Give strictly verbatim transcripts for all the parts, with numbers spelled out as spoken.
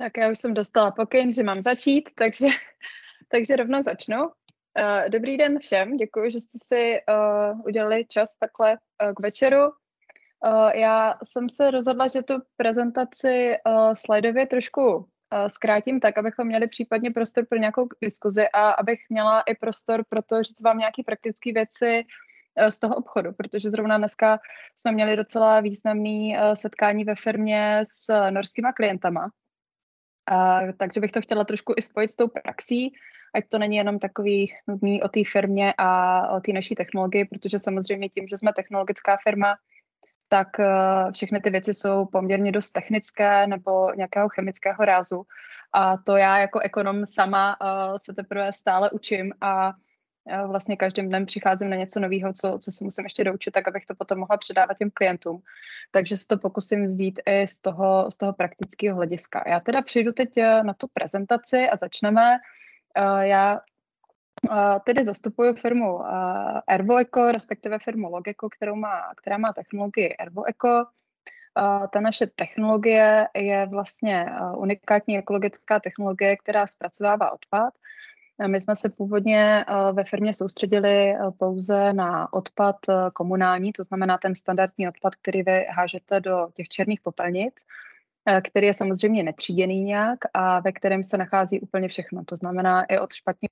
Tak já už jsem dostala pokyn, že mám začít, takže, takže rovnou začnu. Uh, dobrý den všem, děkuji, že jste si uh, udělali čas takhle uh, k večeru. Uh, já jsem se rozhodla, že tu prezentaci uh, slajdově trošku uh, zkrátím tak, abychom měli případně prostor pro nějakou diskuzi a abych měla i prostor pro to říct vám nějaké praktické věci uh, z toho obchodu, protože zrovna dneska jsme měli docela významné uh, setkání ve firmě s norskýma klientama. Uh, takže bych to chtěla trošku i spojit s tou praxí, ať to není jenom takový nudný o té firmě a o té naší technologii, protože samozřejmě tím, že jsme technologická firma, tak uh, všechny ty věci jsou poměrně dost technické nebo nějakého chemického rázu. A to já jako ekonom sama uh, se teprve stále učím a uh, vlastně každým dnem přicházím na něco nového, co, co si musím ještě doučit, tak abych to potom mohla předávat těm klientům. Takže se to pokusím vzít i z toho, z toho praktického hlediska. Já teda přijdu teď na tu prezentaci a začneme. Uh, já Uh, tedy zastupuji firmu uh, ErvoEco, respektive firmu Logeco, kterou má, která má technologii ErvoEco. Uh, ta naše technologie je vlastně uh, unikátní ekologická technologie, která zpracovává odpad. Uh, my jsme se původně uh, ve firmě soustředili uh, pouze na odpad uh, komunální, to znamená ten standardní odpad, který vy hážete do těch černých popelnic, uh, který je samozřejmě netříděný nějak a ve kterém se nachází úplně všechno. To znamená i od špatně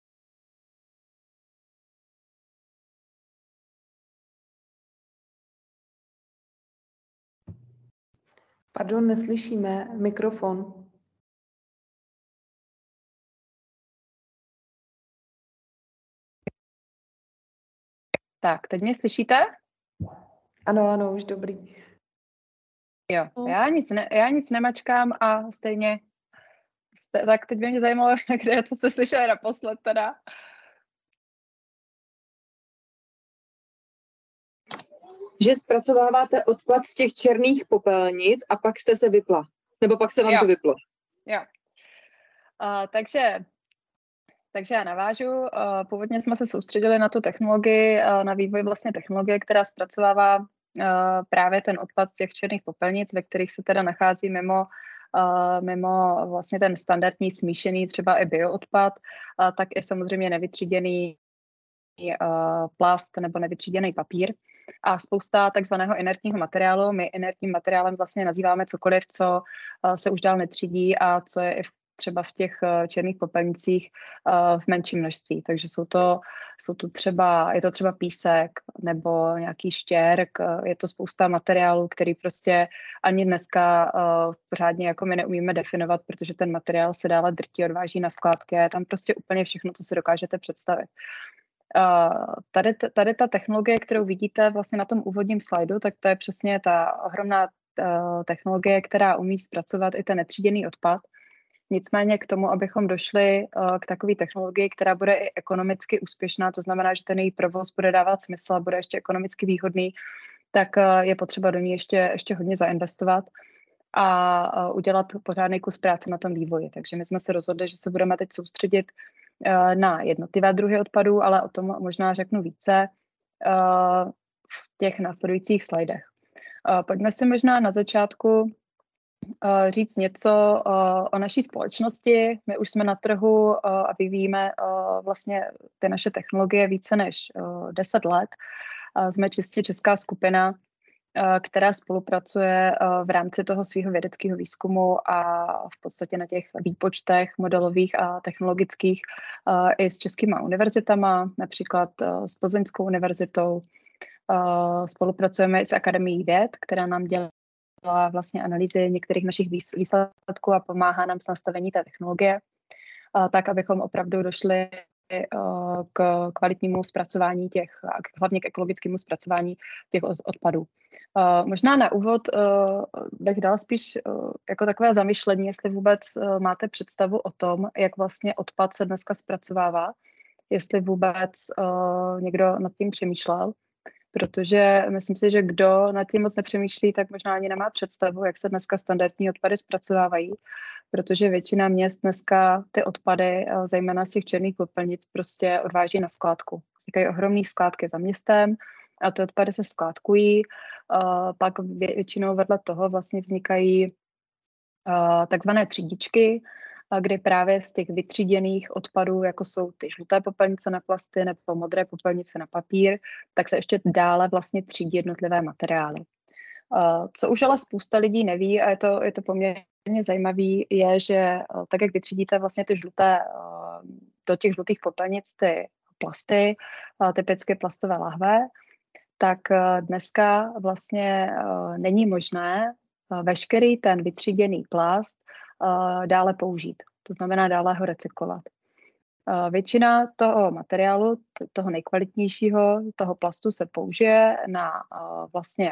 Pardon, neslyšíme. Mikrofon. Tak, teď mě slyšíte? Ano, ano, už dobrý. Jo, já nic, ne, já nic nemačkám a stejně, st- tak teď by mě zajímalo, kde je to, co slyšeli naposled teda. Že zpracováváte odpad z těch černých popelnic a pak jste se vypla. Nebo pak se vám Jo. to vyplo. Jo. Uh, takže, takže já navážu. Uh, původně jsme se soustředili na tu technologii, uh, na vývoj vlastně technologie, která zpracovává uh, právě ten odpad těch černých popelnic, ve kterých se teda nachází mimo Uh, mimo vlastně ten standardní smíšený třeba i bioodpad, uh, tak i samozřejmě nevytříděný uh, plast nebo nevytříděný papír a spousta takzvaného inertního materiálu. My inertním materiálem vlastně nazýváme cokoliv, co uh, se už dál netřídí a co je i v třeba v těch uh, černých popelnicích uh, v menším množství. Takže jsou to, jsou to třeba, je to třeba písek nebo nějaký štěrk, uh, je to spousta materiálů, který prostě ani dneska uh, pořádně jako my neumíme definovat, protože ten materiál se dále drtí, odváží na skládky a je tam prostě úplně všechno, co si dokážete představit. Uh, tady, tady ta technologie, kterou vidíte vlastně na tom úvodním slajdu, tak to je přesně ta ohromná uh, technologie, která umí zpracovat i ten netříděný odpad. Nicméně k tomu, abychom došli uh, k takové technologii, která bude i ekonomicky úspěšná, to znamená, že ten její provoz bude dávat smysl a bude ještě ekonomicky výhodný, tak uh, je potřeba do ní ještě, ještě hodně zainvestovat a uh, udělat pořádný kus práce na tom vývoji. Takže my jsme se rozhodli, že se budeme teď soustředit uh, na jednotlivé druhy odpadů, ale o tom možná řeknu více uh, v těch následujících slajdech. Uh, pojďme si možná na začátku uh, říct něco uh, o naší společnosti. My už jsme na trhu uh, a vyvíjíme uh, vlastně ty naše technologie více než uh, deset let. Uh, jsme čistě česká skupina, která spolupracuje v rámci toho svého vědeckého výzkumu a v podstatě na těch výpočtech modelových a technologických i s českýma univerzitama, například s Plzeňskou univerzitou. Spolupracujeme i s Akademií věd, která nám dělá vlastně analýzy některých našich výsledků a pomáhá nám s nastavení té technologie, tak abychom opravdu došli k kvalitnímu zpracování těch, hlavně k ekologickému zpracování těch odpadů. Možná na úvod bych dala spíš jako takové zamyšlení, jestli vůbec máte představu o tom, jak vlastně odpad se dneska zpracovává, jestli vůbec někdo nad tím přemýšlel, protože myslím si, že kdo nad tím moc nepřemýšlí, tak možná ani nemá představu, jak se dneska standardní odpady zpracovávají, protože většina měst dneska ty odpady, zejména z těch černých popelnic, prostě odváží na skládku. Vznikají ohromné skládky za městem a ty odpady se skládkují. Pak většinou vedle toho vlastně vznikají takzvané třídičky, kdy právě z těch vytříděných odpadů, jako jsou ty žluté popelnice na plasty nebo modré popelnice na papír, tak se ještě dále vlastně třídí jednotlivé materiály. Co už ale spousta lidí neví, a je to, je to poměrně zajímavý, je, že tak, jak vytřídíte vlastně ty žluté, do těch žlutých popelnic ty plasty, typicky plastové lahve, tak dneska vlastně není možné veškerý ten vytříděný plast dále použít. To znamená dále ho recyklovat. Většina toho materiálu, toho nejkvalitnějšího, toho plastu se použije na vlastně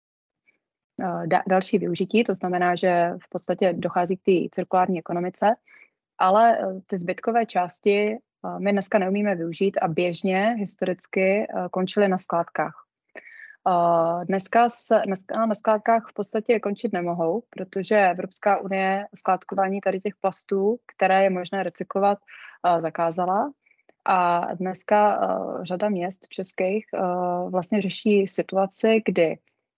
další využití, to znamená, že v podstatě dochází k té cirkulární ekonomice, ale ty zbytkové části my dneska neumíme využít a běžně historicky končily na skládkách. Dneska, se, dneska na skládkách v podstatě končit nemohou, protože Evropská unie skládkování tady těch plastů, které je možné recyklovat, zakázala. A dneska řada měst českých vlastně řeší situaci, kdy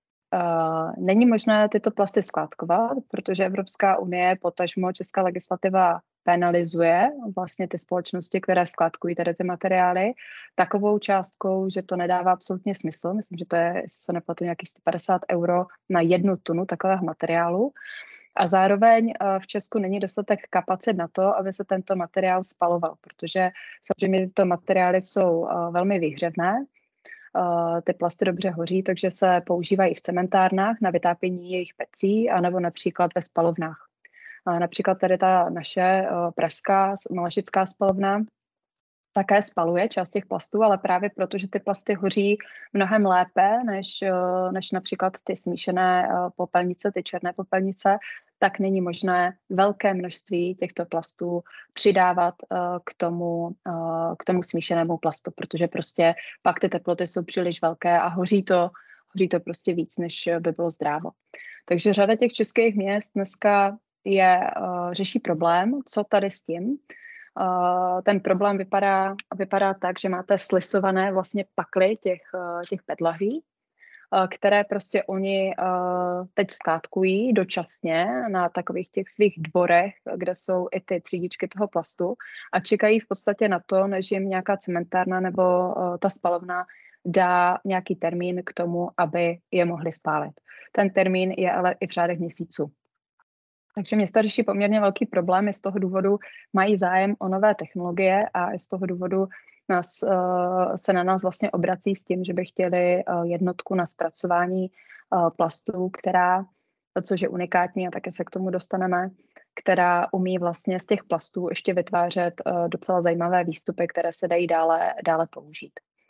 není možné tyto plasty skládkovat, protože Evropská unie, potažmo česká legislativa penalizuje vlastně ty společnosti, které skládkují tady ty materiály, takovou částkou, že to nedává absolutně smysl. Myslím, že to je, jestli se nepletu, nějakých sto padesát euro na jednu tunu takového materiálu. A zároveň v Česku není dostatek kapacit na to, aby se tento materiál spaloval, protože samozřejmě tyto materiály jsou velmi výhřevné, ty plasty dobře hoří, takže se používají v cementárnách na vytápění jejich pecí, anebo například ve spalovnách. Například tady ta naše pražská malešická spalovna také spaluje část těch plastů, ale právě proto, že ty plasty hoří mnohem lépe než, než například ty smíšené popelnice, ty černé popelnice, tak není možné velké množství těchto plastů přidávat k tomu, k tomu smíšenému plastu, protože prostě pak ty teploty jsou příliš velké a hoří to, hoří to prostě víc, než by bylo zdrávo. Takže řada těch českých měst dneska je, řeší problém, co tady s tím. Ten problém vypadá, vypadá tak, že máte slisované vlastně pakly těch, těch pedlahví, které prostě oni teď skládkují dočasně na takových těch svých dvorech, kde jsou i ty třídičky toho plastu a čekají v podstatě na to, než jim nějaká cementárna nebo ta spalovna dá nějaký termín k tomu, aby je mohli spálit. Ten termín je ale i v řádech měsíců. Takže města řeší poměrně velký problém, i z toho důvodu mají zájem o nové technologie a i z toho důvodu nás, se na nás vlastně obrací s tím, že by chtěli jednotku na zpracování plastů, která, což je unikátní a také se k tomu dostaneme, která umí vlastně z těch plastů ještě vytvářet docela zajímavé výstupy, které se dají dále, dále použít.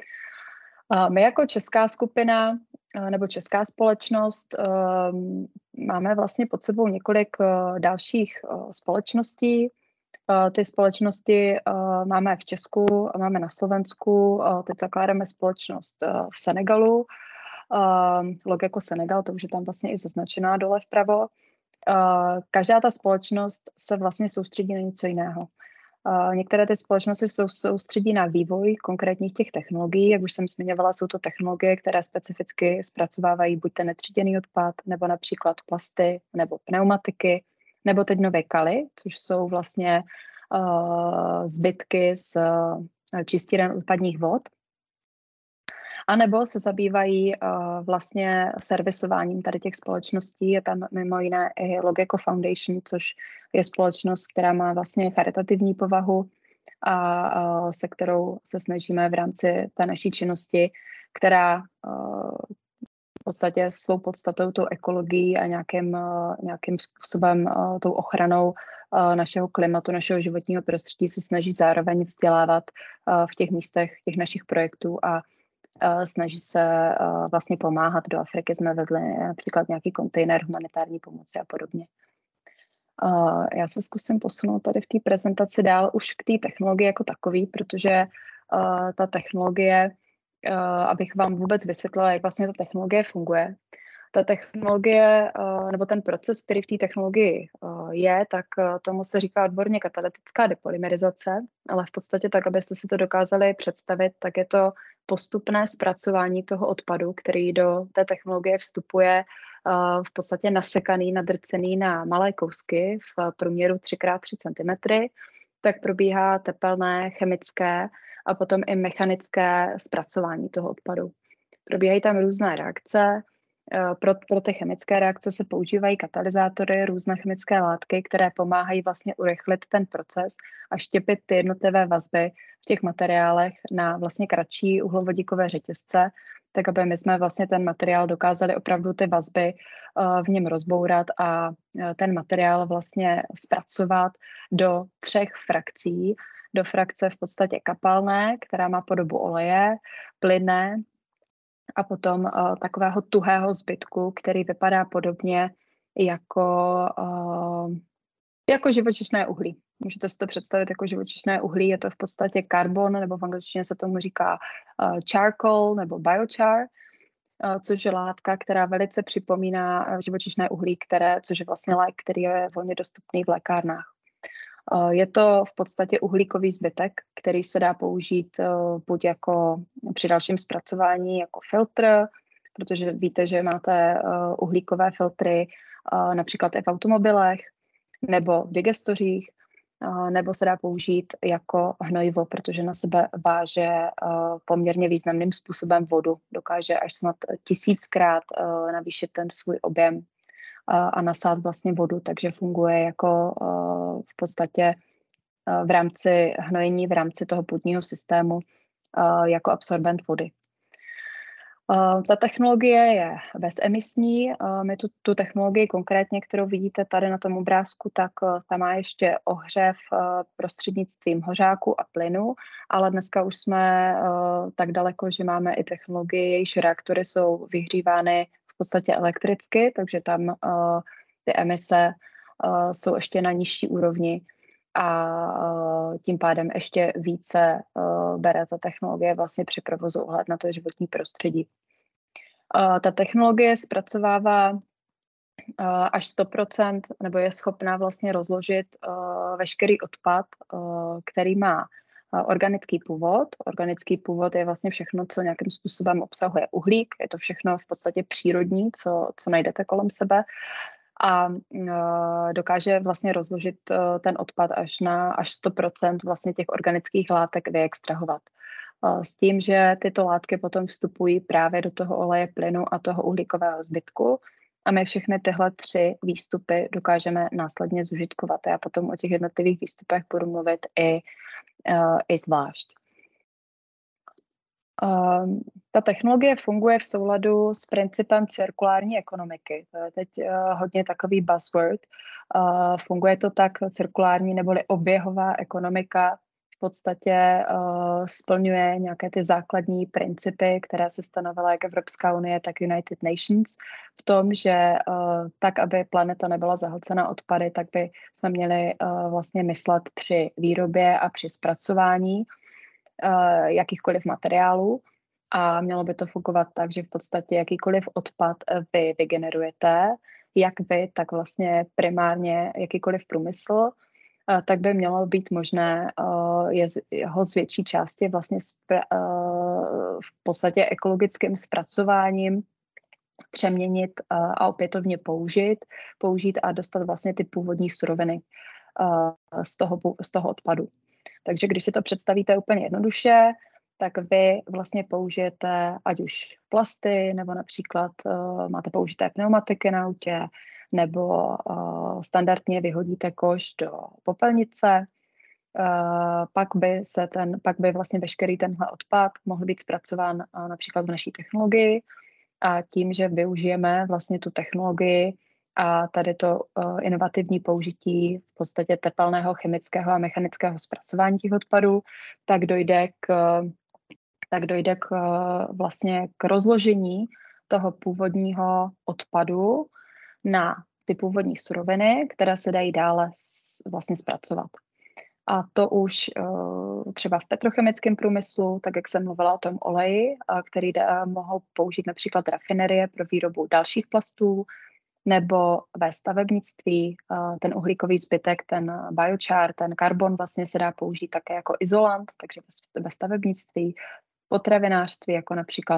My jako česká skupina nebo česká společnost máme vlastně pod sebou několik dalších společností. Ty společnosti máme v Česku, máme na Slovensku, teď zakládáme společnost v Senegalu, logo jako Senegal, to už je tam vlastně i zaznačená dole vpravo. Každá ta společnost se vlastně soustředí na něco jiného. Některé ty společnosti jsou soustředí na vývoj konkrétních těch technologií, jak už jsem zmiňovala, jsou to technologie, které specificky zpracovávají buď ten netříděný odpad, nebo například plasty, nebo pneumatiky, nebo teď nové kaly, což jsou vlastně uh, zbytky z uh, čistíren odpadních vod. A nebo se zabývají uh, vlastně servisováním tady těch společností. Je tam mimo jiné i Logeco Foundation, což je společnost, která má vlastně charitativní povahu a uh, se kterou se snažíme v rámci té naší činnosti, která uh, v podstatě svou podstatou tou ekologií a nějakým, uh, nějakým způsobem uh, tou ochranou uh, našeho klimatu, našeho životního prostředí se snaží zároveň vzdělávat uh, v těch místech těch našich projektů a snaží se vlastně pomáhat. Do Afriky jsme vezli například nějaký kontejner humanitární pomoci a podobně. Já se zkusím posunout tady v té prezentaci dál už k té technologii jako takový, protože ta technologie, abych vám vůbec vysvětlila, jak vlastně ta technologie funguje. Ta technologie, nebo ten proces, který v té technologii je, tak tomu se říká odborně katalytická depolymerizace, ale v podstatě tak, abyste si to dokázali představit, tak je to postupné zpracování toho odpadu, který do té technologie vstupuje v podstatě nasekaný, nadrcený na malé kousky v průměru tři krát tři centimetry, tak probíhá tepelné, chemické a potom i mechanické zpracování toho odpadu. Probíhají tam různé reakce. Pro, pro ty chemické reakce se používají katalyzátory, různé chemické látky, které pomáhají vlastně urychlit ten proces a štěpit ty jednotlivé vazby v těch materiálech na vlastně kratší uhlovodíkové řetězce, tak aby my jsme vlastně ten materiál dokázali opravdu ty vazby v něm rozbourat a ten materiál vlastně zpracovat do třech frakcí. Do frakce v podstatě kapalné, která má podobu oleje, plynné, a potom uh, takového tuhého zbytku, který vypadá podobně jako, uh, jako živočišné uhlí. Můžete si to představit jako živočišné uhlí, je to v podstatě karbon, nebo v angličtině se tomu říká uh, charcoal nebo biochar, uh, což je látka, která velice připomíná živočišné uhlí, které, což je vlastně lék, který je volně dostupný v lékárnách. Je to v podstatě uhlíkový zbytek, který se dá použít buď jako při dalším zpracování jako filtr, protože víte, že máte uhlíkové filtry například i v automobilech nebo v digestořích, nebo se dá použít jako hnojivo, protože na sebe váže poměrně významným způsobem vodu. Dokáže až snad tisíckrát navýšit ten svůj objem a nasát vlastně vodu, takže funguje jako v podstatě v rámci hnojení, v rámci toho půdního systému jako absorbent vody. Ta technologie je bezemisní. My tu, tu technologii konkrétně, kterou vidíte tady na tom obrázku, tak ta má ještě ohřev prostřednictvím hořáku a plynu, ale dneska už jsme tak daleko, že máme i technologii, jejíž reaktory jsou vyhřívány v podstatě elektricky, takže tam uh, ty emise uh, jsou ještě na nižší úrovni a uh, tím pádem ještě více uh, bere ta technologie vlastně při provozu ohled na to životní prostředí. Uh, ta technologie zpracovává uh, až sto procent nebo je schopná vlastně rozložit uh, veškerý odpad, uh, který má organický původ. Organický původ je vlastně všechno, co nějakým způsobem obsahuje uhlík. Je to všechno v podstatě přírodní, co, co najdete kolem sebe. A uh, dokáže vlastně rozložit uh, ten odpad až na až sto procent vlastně těch organických látek vyextrahovat. Uh, s tím, že tyto látky potom vstupují právě do toho oleje, plynu a toho uhlíkového zbytku. A my všechny tyhle tři výstupy dokážeme následně zužitkovat. Já potom o těch jednotlivých výstupech budu mluvit i Uh, i zvlášť. Uh, ta technologie funguje v souladu s principem cirkulární ekonomiky. To je teď uh, hodně takový buzzword. Uh, funguje to tak, cirkulární neboli oběhová ekonomika v podstatě uh, splňuje nějaké ty základní principy, které se stanovila jak Evropská unie, tak United Nations, v tom, že uh, tak, aby planeta nebyla zahlcena odpady, tak by jsme měli uh, vlastně myslet při výrobě a při zpracování uh, jakýchkoliv materiálů a mělo by to fungovat tak, že v podstatě jakýkoliv odpad vy vygenerujete, jak vy, tak vlastně primárně jakýkoliv průmysl, tak by mělo být možné uh, je, ho z větší části vlastně spra, uh, v podstatě ekologickým zpracováním přeměnit uh, a opětovně použít, použít a dostat vlastně ty původní suroviny uh, z, toho, z toho odpadu. Takže když si to představíte úplně jednoduše, tak vy vlastně použijete ať už plasty, nebo například uh, máte použité pneumatiky na autě, nebo uh, standardně vyhodíte koš do popelnice, uh, pak by se ten, pak by vlastně veškerý tenhle odpad mohl být zpracován uh, například v naší technologii a tím, že využijeme vlastně tu technologii a tady to uh, inovativní použití v podstatě tepelného, chemického a mechanického zpracování těch odpadů, tak dojde k, tak dojde k uh, vlastně k rozložení toho původního odpadu na ty původní suroviny, které se dají dále vlastně zpracovat. A to už uh, třeba v petrochemickém průmyslu, tak jak jsem mluvila o tom oleji, uh, který da, mohou použít například rafinerie pro výrobu dalších plastů, nebo ve stavebnictví uh, ten uhlíkový zbytek, ten biochar, ten karbon vlastně se dá použít také jako izolant, takže ve stavebnictví, potravinářství, jako například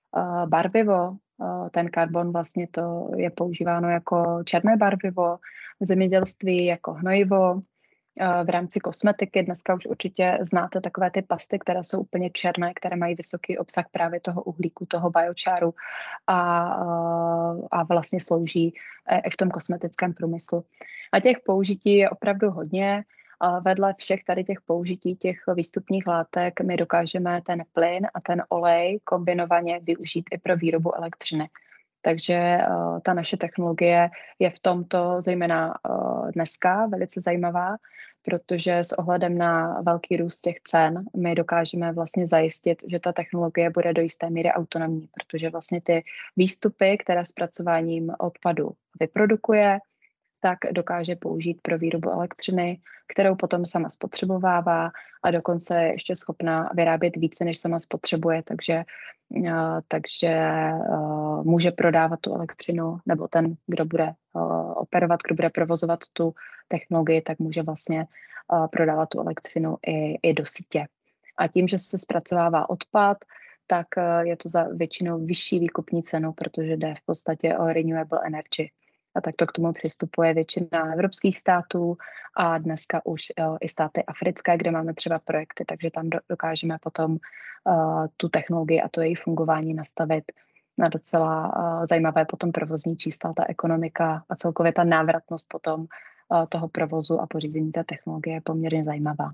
barvivo. Ten karbon vlastně to je používáno jako černé barvivo v zemědělství, jako hnojivo. V rámci kosmetiky dneska už určitě znáte takové ty pasty, které jsou úplně černé, které mají vysoký obsah právě toho uhlíku, toho biočáru a, a vlastně slouží i v tom kosmetickém průmyslu. A těch použití je opravdu hodně. A vedle všech tady těch použití těch výstupních látek my dokážeme ten plyn a ten olej kombinovaně využít i pro výrobu elektřiny. Takže uh, ta naše technologie je v tomto zejména uh, dneska velice zajímavá, protože s ohledem na velký růst těch cen my dokážeme vlastně zajistit, že ta technologie bude do jisté míry autonomní, protože vlastně ty výstupy, které zpracováním odpadu vyprodukuje, tak dokáže použít pro výrobu elektřiny, kterou potom sama spotřebovává a dokonce je ještě schopná vyrábět více, než sama spotřebuje, takže, uh, takže uh, může prodávat tu elektřinu, nebo ten, kdo bude uh, operovat, kdo bude provozovat tu technologii, tak může vlastně uh, prodávat tu elektřinu i, i do sítě. A tím, že se zpracovává odpad, tak uh, je to za většinou vyšší výkupní cenu, protože jde v podstatě o renewable energy. A tak to k tomu přistupuje většina evropských států a dneska už uh, i státy africké, kde máme třeba projekty, takže tam do, dokážeme potom uh, tu technologii a to její fungování nastavit na docela uh, zajímavé potom provozní čísla, ta ekonomika a celkově ta návratnost potom uh, toho provozu a pořízení té technologie je poměrně zajímavá.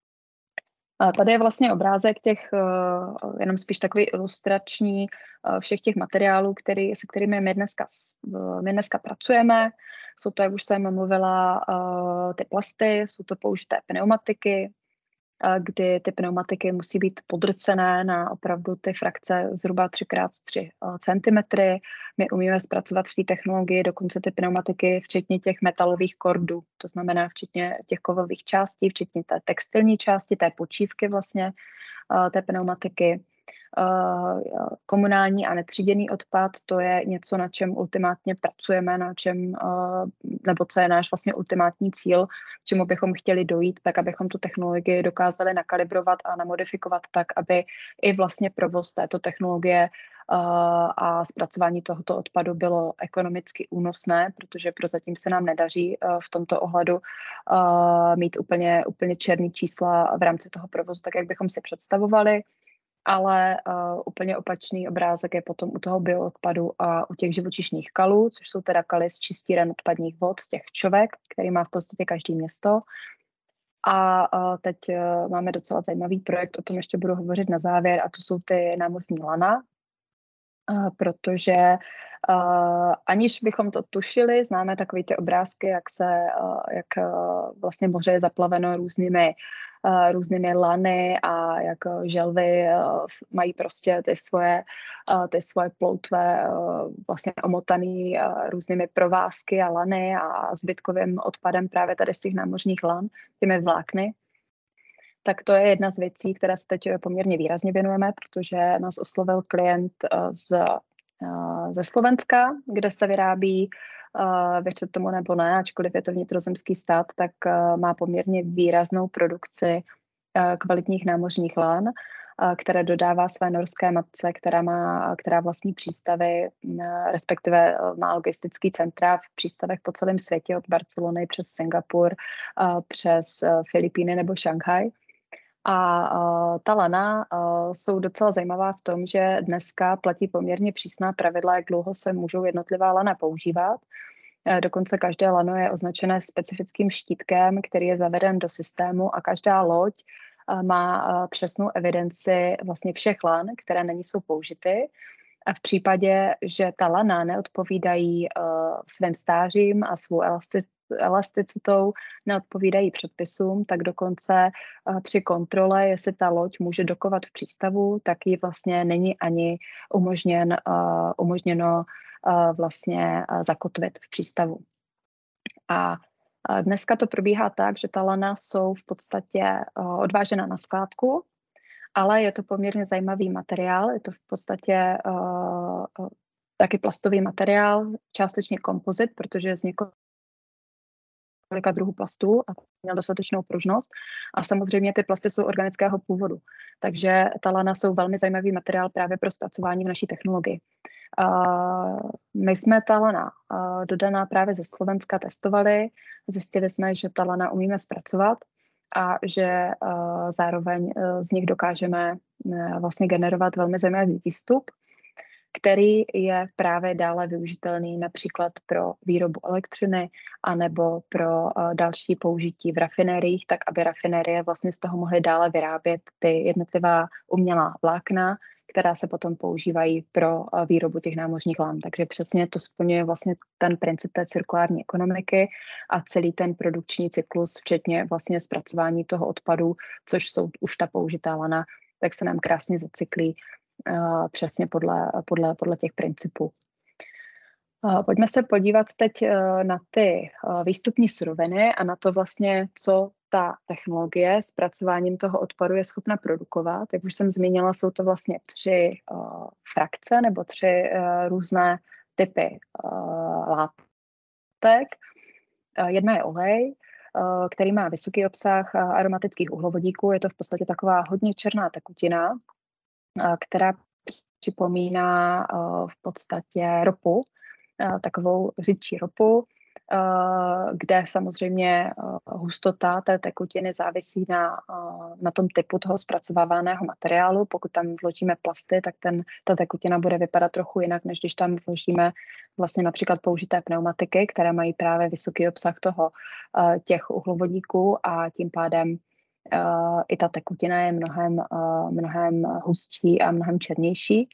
A tady je vlastně obrázek těch, uh, jenom spíš takový ilustrační uh, všech těch materiálů, který, se kterými my dneska, uh, my dneska pracujeme. Jsou to, jak už jsem mluvila, uh, ty plasty, jsou to použité pneumatiky, uh, kdy ty pneumatiky musí být podrcené na opravdu ty frakce zhruba tři krát tři centimetry. My umíme zpracovat v té technologii dokonce ty pneumatiky, včetně těch metalových kordů, to znamená včetně těch kovových částí, včetně té textilní části, té počívky vlastně, uh, té pneumatiky. Uh, komunální a netříděný odpad, to je něco, na čem ultimátně pracujeme, na čem, uh, nebo co je náš vlastně ultimátní cíl, k čemu bychom chtěli dojít, tak abychom tu technologii dokázali nakalibrovat a namodifikovat tak, aby i vlastně provoz této technologie uh, a zpracování tohoto odpadu bylo ekonomicky únosné, protože prozatím se nám nedaří uh, v tomto ohledu uh, mít úplně, úplně černý čísla v rámci toho provozu, tak jak bychom si představovali. Ale uh, úplně opačný obrázek je potom u toho bioodpadu a u těch živočišných kalů, což jsou teda kaly z čistíren odpadních vod, z těch čovek, který má v podstatě každý město. A uh, teď uh, máme docela zajímavý projekt, o tom ještě budu hovořit na závěr, a to jsou ty námořní lana, uh, protože uh, aniž bychom to tušili, známe takové ty obrázky, jak se, uh, jak uh, vlastně moře je zaplaveno různými Uh, různými lany a jak želvy uh, mají prostě ty svoje, uh, ty svoje ploutve uh, vlastně omotaný uh, různými provázky a lany a zbytkovým odpadem právě tady z těch námořních lan, těmi vlákny. Tak to je jedna z věcí, které se teď poměrně výrazně věnujeme, protože nás oslovil klient uh, z, uh, ze Slovenska, kde se vyrábí, Uh, věřte tomu nebo ne, ačkoliv je to vnitrozemský stát, tak uh, má poměrně výraznou produkci uh, kvalitních námořních lan, uh, které dodává své norské matce, která má, která vlastní přístavy, uh, respektive uh, má logistický centra v přístavech po celém světě, od Barcelony přes Singapur, uh, přes uh, Filipíny nebo Šanghaj. A uh, ta lana uh, jsou docela zajímavá v tom, že dneska platí poměrně přísná pravidla, jak dlouho se můžou jednotlivá lana používat. Uh, dokonce každé lano je označené specifickým štítkem, který je zaveden do systému a každá loď uh, má uh, přesnou evidenci vlastně všech lan, které na ní jsou použity. A v případě, že ta lana neodpovídají uh, svým stářím a svou elastic, elasticitou, neodpovídají předpisům, tak dokonce uh, při kontrole, jestli ta loď může dokovat v přístavu, tak ji vlastně není ani umožněn, uh, umožněno uh, vlastně uh, zakotvit v přístavu. A uh, dneska to probíhá tak, že ta lana jsou v podstatě uh, odvážena na skládku, ale je to poměrně zajímavý materiál, je to v podstatě uh, uh, taky plastový materiál, částečně kompozit, protože je z několika několika druhů plastů a měl dostatečnou pružnost. A samozřejmě ty plasty jsou organického původu. Takže ta lana jsou velmi zajímavý materiál právě pro zpracování v naší technologii. Uh, my jsme ta lana uh, dodaná právě ze Slovenska testovali. Zjistili jsme, že ta lana umíme zpracovat a že uh, zároveň uh, z nich dokážeme uh, vlastně generovat velmi zajímavý výstup, který je právě dále využitelný například pro výrobu elektřiny anebo pro uh, další použití v rafinériích, tak aby rafinérie vlastně z toho mohly dále vyrábět ty jednotlivá umělá vlákna, která se potom používají pro uh, výrobu těch námořních lán. Takže přesně to splňuje vlastně ten princip té cirkulární ekonomiky a celý ten produkční cyklus, včetně vlastně zpracování toho odpadu, což jsou už ta použitá lana, tak se nám krásně zacyklí Uh, přesně podle, podle, podle těch principů. Uh, pojďme se podívat teď uh, na ty uh, výstupní suroviny a na to vlastně, co ta technologie zpracováním toho odpadu je schopna produkovat. Jak už jsem zmínila, jsou to vlastně tři uh, frakce nebo tři uh, různé typy uh, látek. Uh, jedna je olej, uh, který má vysoký obsah uh, aromatických uhlovodíků. Je to v podstatě taková hodně černá tekutina, která připomíná v podstatě ropu, takovou řidčí ropu, kde samozřejmě hustota té tekutiny závisí na, na tom typu toho zpracovaného materiálu. Pokud tam vložíme plasty, tak ten, ta tekutina bude vypadat trochu jinak, než když tam vložíme vlastně například použité pneumatiky, které mají právě vysoký obsah toho těch uhlovodíků a tím pádem Uh, i ta tekutina je mnohem, uh, mnohem hustší a mnohem černější.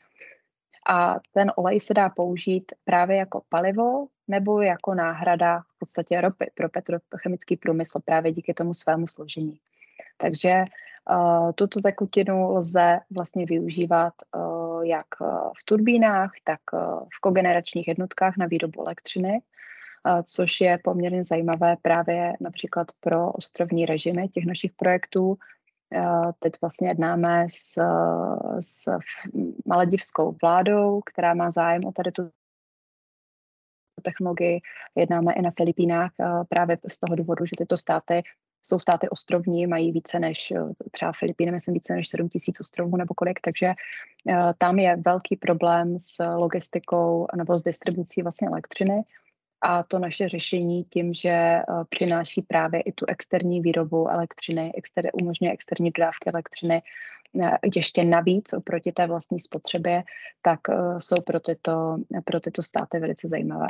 A ten olej se dá použít právě jako palivo nebo jako náhrada v podstatě ropy pro petrochemický průmysl právě díky tomu svému složení. Takže uh, tuto tekutinu lze vlastně využívat uh, jak v turbínách, tak uh, v kogeneračních jednotkách na výrobu elektřiny, což je poměrně zajímavé právě například pro ostrovní režimy těch našich projektů. Teď vlastně jednáme s, s maledivskou vládou, která má zájem o tady tu technologii. Jednáme i na Filipínách právě z toho důvodu, že tyto státy jsou státy ostrovní, mají více než, třeba Filipíny, myslím více než sedm tisíc ostrovů nebo kolik, takže tam je velký problém s logistikou nebo s distribucí vlastně elektřiny. A to naše řešení tím, že uh, přináší právě i tu externí výrobu elektřiny, exter, umožňuje externí dodávky elektřiny uh, ještě navíc oproti té vlastní spotřebě, tak uh, jsou pro tyto, pro tyto státy velice zajímavé.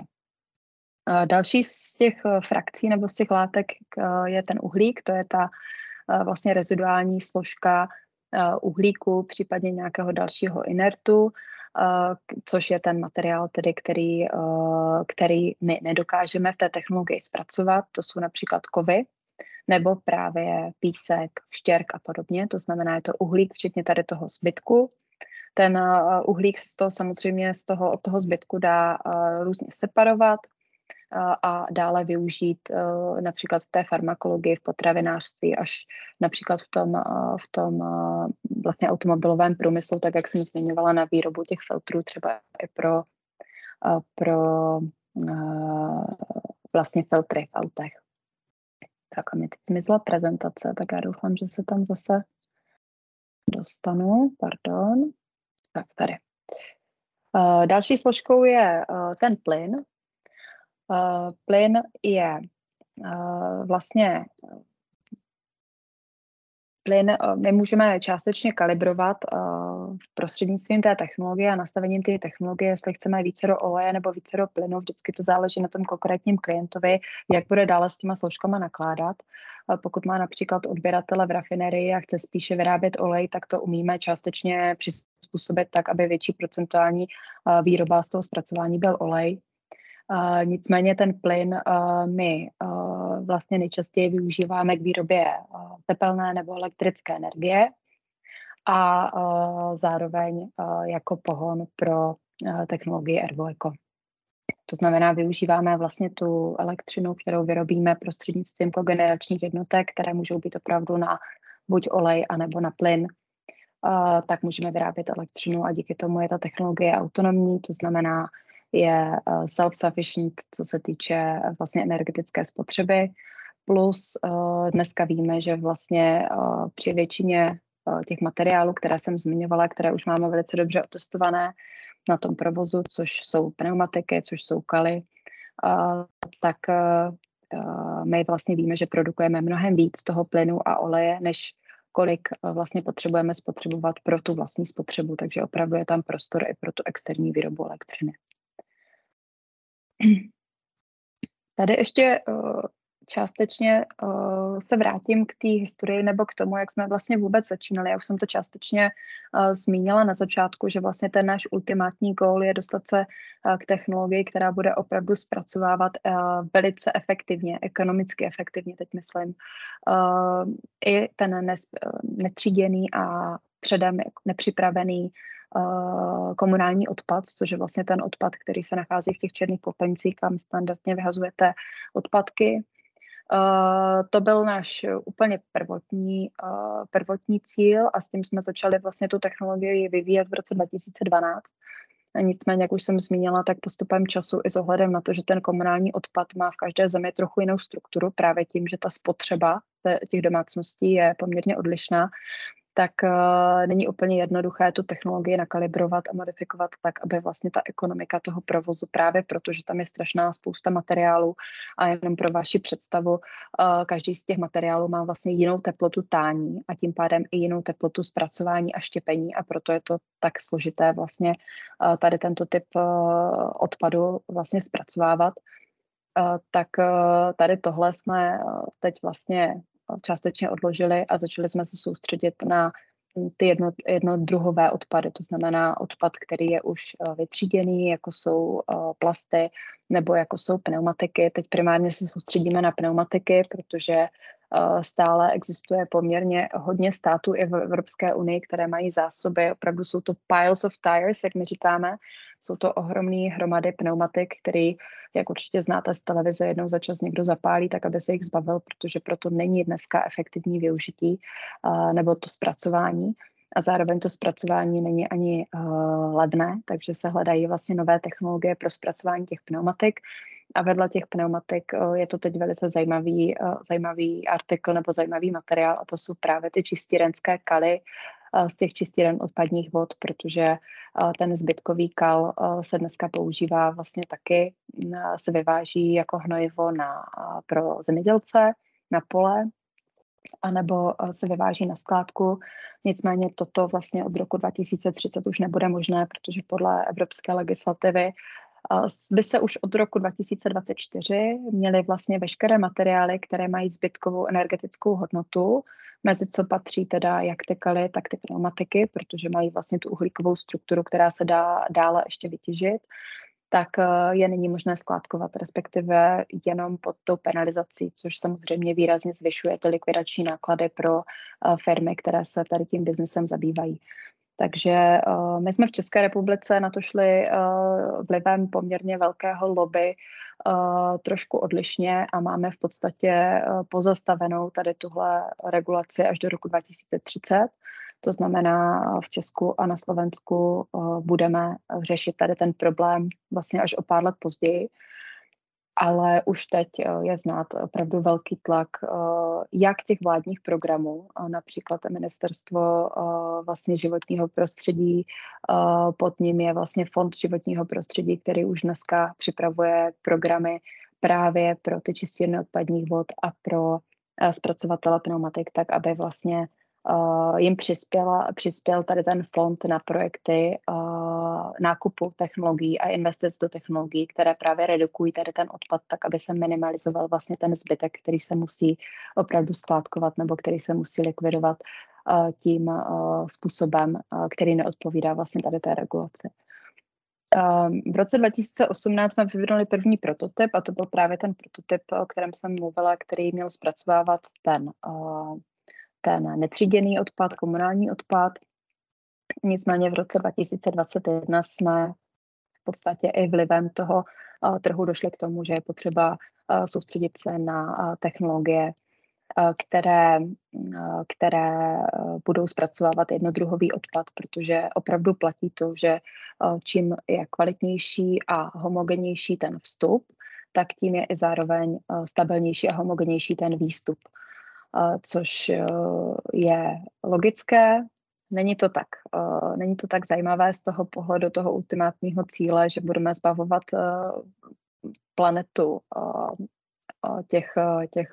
Uh, další z těch uh, frakcí nebo z těch látek uh, je ten uhlík, to je ta uh, vlastně reziduální složka uh, uhlíku, případně nějakého dalšího inertu, Uh, což je ten materiál, tedy, který, uh, který my nedokážeme v té technologii zpracovat. To jsou například kovy nebo právě písek, štěrk a podobně. To znamená, je to uhlík, včetně tady toho zbytku. Ten uh, uhlík z toho samozřejmě z toho, od toho zbytku dá uh, různě separovat uh, a dále využít uh, například v té farmakologii, v potravinářství, až například v tom, uh, v tom uh, vlastně automobilovém průmyslu, tak jak jsem zmiňovala, na výrobu těch filtrů, třeba i pro, uh, pro uh, vlastně filtry v autech. Tak a mi teď zmizla prezentace, tak já doufám, že se tam zase dostanu. Pardon. Tak tady. Uh, další složkou je uh, ten plyn. Uh, plyn je uh, vlastně plyn, uh, my můžeme částečně kalibrovat uh, prostřednictvím té technologie a nastavením té technologie, jestli chceme více do oleje nebo více do plynu, vždycky to záleží na tom konkrétním klientovi, jak bude dále s těma složkama nakládat. Uh, pokud má například odběratele v rafinerii a chce spíše vyrábět olej, tak to umíme částečně přizpůsobit tak, aby větší procentuální uh, výroba z toho zpracování byl olej. Uh, nicméně ten plyn uh, my uh, vlastně nejčastěji využíváme k výrobě uh, tepelné nebo elektrické energie a uh, zároveň uh, jako pohon pro uh, technologii ErgoEco. To znamená, využíváme vlastně tu elektřinu, kterou vyrobíme prostřednictvím kogeneračních jednotek, které můžou být opravdu na buď olej, anebo na plyn. Uh, tak můžeme vyrábět elektřinu a díky tomu je ta technologie autonomní, to znamená, je self-sufficient, co se týče vlastně energetické spotřeby Plus dneska víme, že vlastně při většině těch materiálů, které jsem zmiňovala, které už máme velice dobře otestované na tom provozu, což jsou pneumatiky, což jsou kaly, tak my vlastně víme, že produkujeme mnohem víc toho plynu a oleje, než kolik vlastně potřebujeme spotřebovat pro tu vlastní spotřebu, takže opravdu je tam prostor i pro tu externí výrobu elektřiny. Tady ještě částečně uh, se vrátím k té historii nebo k tomu, jak jsme vlastně vůbec začínali. Já už jsem to částečně uh, zmínila na začátku, že vlastně ten náš ultimátní goal je dostat se uh, k technologii, která bude opravdu zpracovávat uh, velice efektivně, ekonomicky efektivně, teď myslím, uh, i ten nes, netříděný a předem nepřipravený uh, komunální odpad, což je vlastně ten odpad, který se nachází v těch černých popelnicích, kam standardně vyhazujete odpadky. Uh, to byl náš úplně prvotní, uh, prvotní cíl a s tím jsme začali vlastně tu technologii vyvíjet v roce dva tisíce dvanáct. A nicméně, jak už jsem zmínila, tak postupem času i s ohledem na to, že ten komunální odpad má v každé zemi trochu jinou strukturu, právě tím, že ta spotřeba těch domácností je poměrně odlišná, tak uh, není úplně jednoduché tu technologii nakalibrovat a modifikovat tak, aby vlastně ta ekonomika toho provozu, právě protože tam je strašná spousta materiálů a jenom pro vaši představu, uh, každý z těch materiálů má vlastně jinou teplotu tání a tím pádem i jinou teplotu zpracování a štěpení a proto je to tak složité vlastně uh, tady tento typ uh, odpadu vlastně zpracovávat. Uh, tak uh, tady tohle jsme uh, teď vlastně částečně odložili a začali jsme se soustředit na ty jedno, jednodruhové odpady, to znamená odpad, který je už vytříděný, jako jsou plasty nebo jako jsou pneumatiky. Teď primárně se soustředíme na pneumatiky, protože stále existuje poměrně hodně států i v Evropské unii, které mají zásoby, opravdu jsou to piles of tires, jak my říkáme, jsou to ohromné hromady pneumatik, který, jak určitě znáte z televize, jednou za čas někdo zapálí, tak aby se jich zbavil, protože proto není dneska efektivní využití uh, nebo to zpracování. A zároveň to zpracování není ani uh, levné, takže se hledají vlastně nové technologie pro zpracování těch pneumatik. A vedle těch pneumatik uh, je to teď velice zajímavý, uh, zajímavý artikl nebo zajímavý materiál a to jsou právě ty čistírenské kaly, z těch čistíren odpadních vod, protože ten zbytkový kal se dneska používá vlastně taky, se vyváží jako hnojivo na, pro zemědělce, na pole, anebo se vyváží na skládku. Nicméně toto vlastně od roku dva tisíce třicet už nebude možné, protože podle evropské legislativy by se už od roku dva tisíce dvacet čtyři měly vlastně veškeré materiály, které mají zbytkovou energetickou hodnotu, mezi co patří teda jak ty kaly, tak ty pneumatiky, protože mají vlastně tu uhlíkovou strukturu, která se dá dále ještě vytěžit, tak je není možné skládkovat, respektive jenom pod tou penalizací, což samozřejmě výrazně zvyšuje ty likvidační náklady pro firmy, které se tady tím biznesem zabývají. Takže uh, my jsme v České republice na to šli uh, vlivem poměrně velkého lobby uh, trošku odlišně a máme v podstatě uh, pozastavenou tady tuhle regulaci až do roku dva tisíce třicet. To znamená, v Česku a na Slovensku uh, budeme řešit tady ten problém vlastně až o pár let později. Ale už teď je znát opravdu velký tlak jak těch vládních programů, například ministerstvo vlastně životního prostředí, pod ním je vlastně Fond životního prostředí, který už dneska připravuje programy právě pro ty čistírny odpadních vod a pro zpracovatele pneumatik, tak aby vlastně Uh, jim přispěla, přispěl tady ten fond na projekty uh, nákupu technologií a investic do technologií, které právě redukují tady ten odpad tak, aby se minimalizoval vlastně ten zbytek, který se musí opravdu skládkovat nebo který se musí likvidovat uh, tím uh, způsobem, uh, který neodpovídá vlastně tady té regulaci. Um, v roce dva tisíce osmnáct jsme vyvinuli první prototyp a to byl právě ten prototyp, o kterém jsem mluvila, který měl zpracovávat ten uh, ten netříděný odpad, komunální odpad. Nicméně v roce dva tisíce dvacet jedna jsme v podstatě i vlivem toho uh, trhu došli k tomu, že je potřeba uh, soustředit se na uh, technologie, uh, které, uh, které uh, budou zpracovávat jednodruhový odpad, protože opravdu platí to, že uh, čím je kvalitnější a homogenější ten vstup, tak tím je i zároveň stabilnější a homogenější ten výstup, což je logické. Není to tak, není to tak zajímavé z toho pohledu toho ultimátního cíle, že budeme zbavovat planetu těch, těch,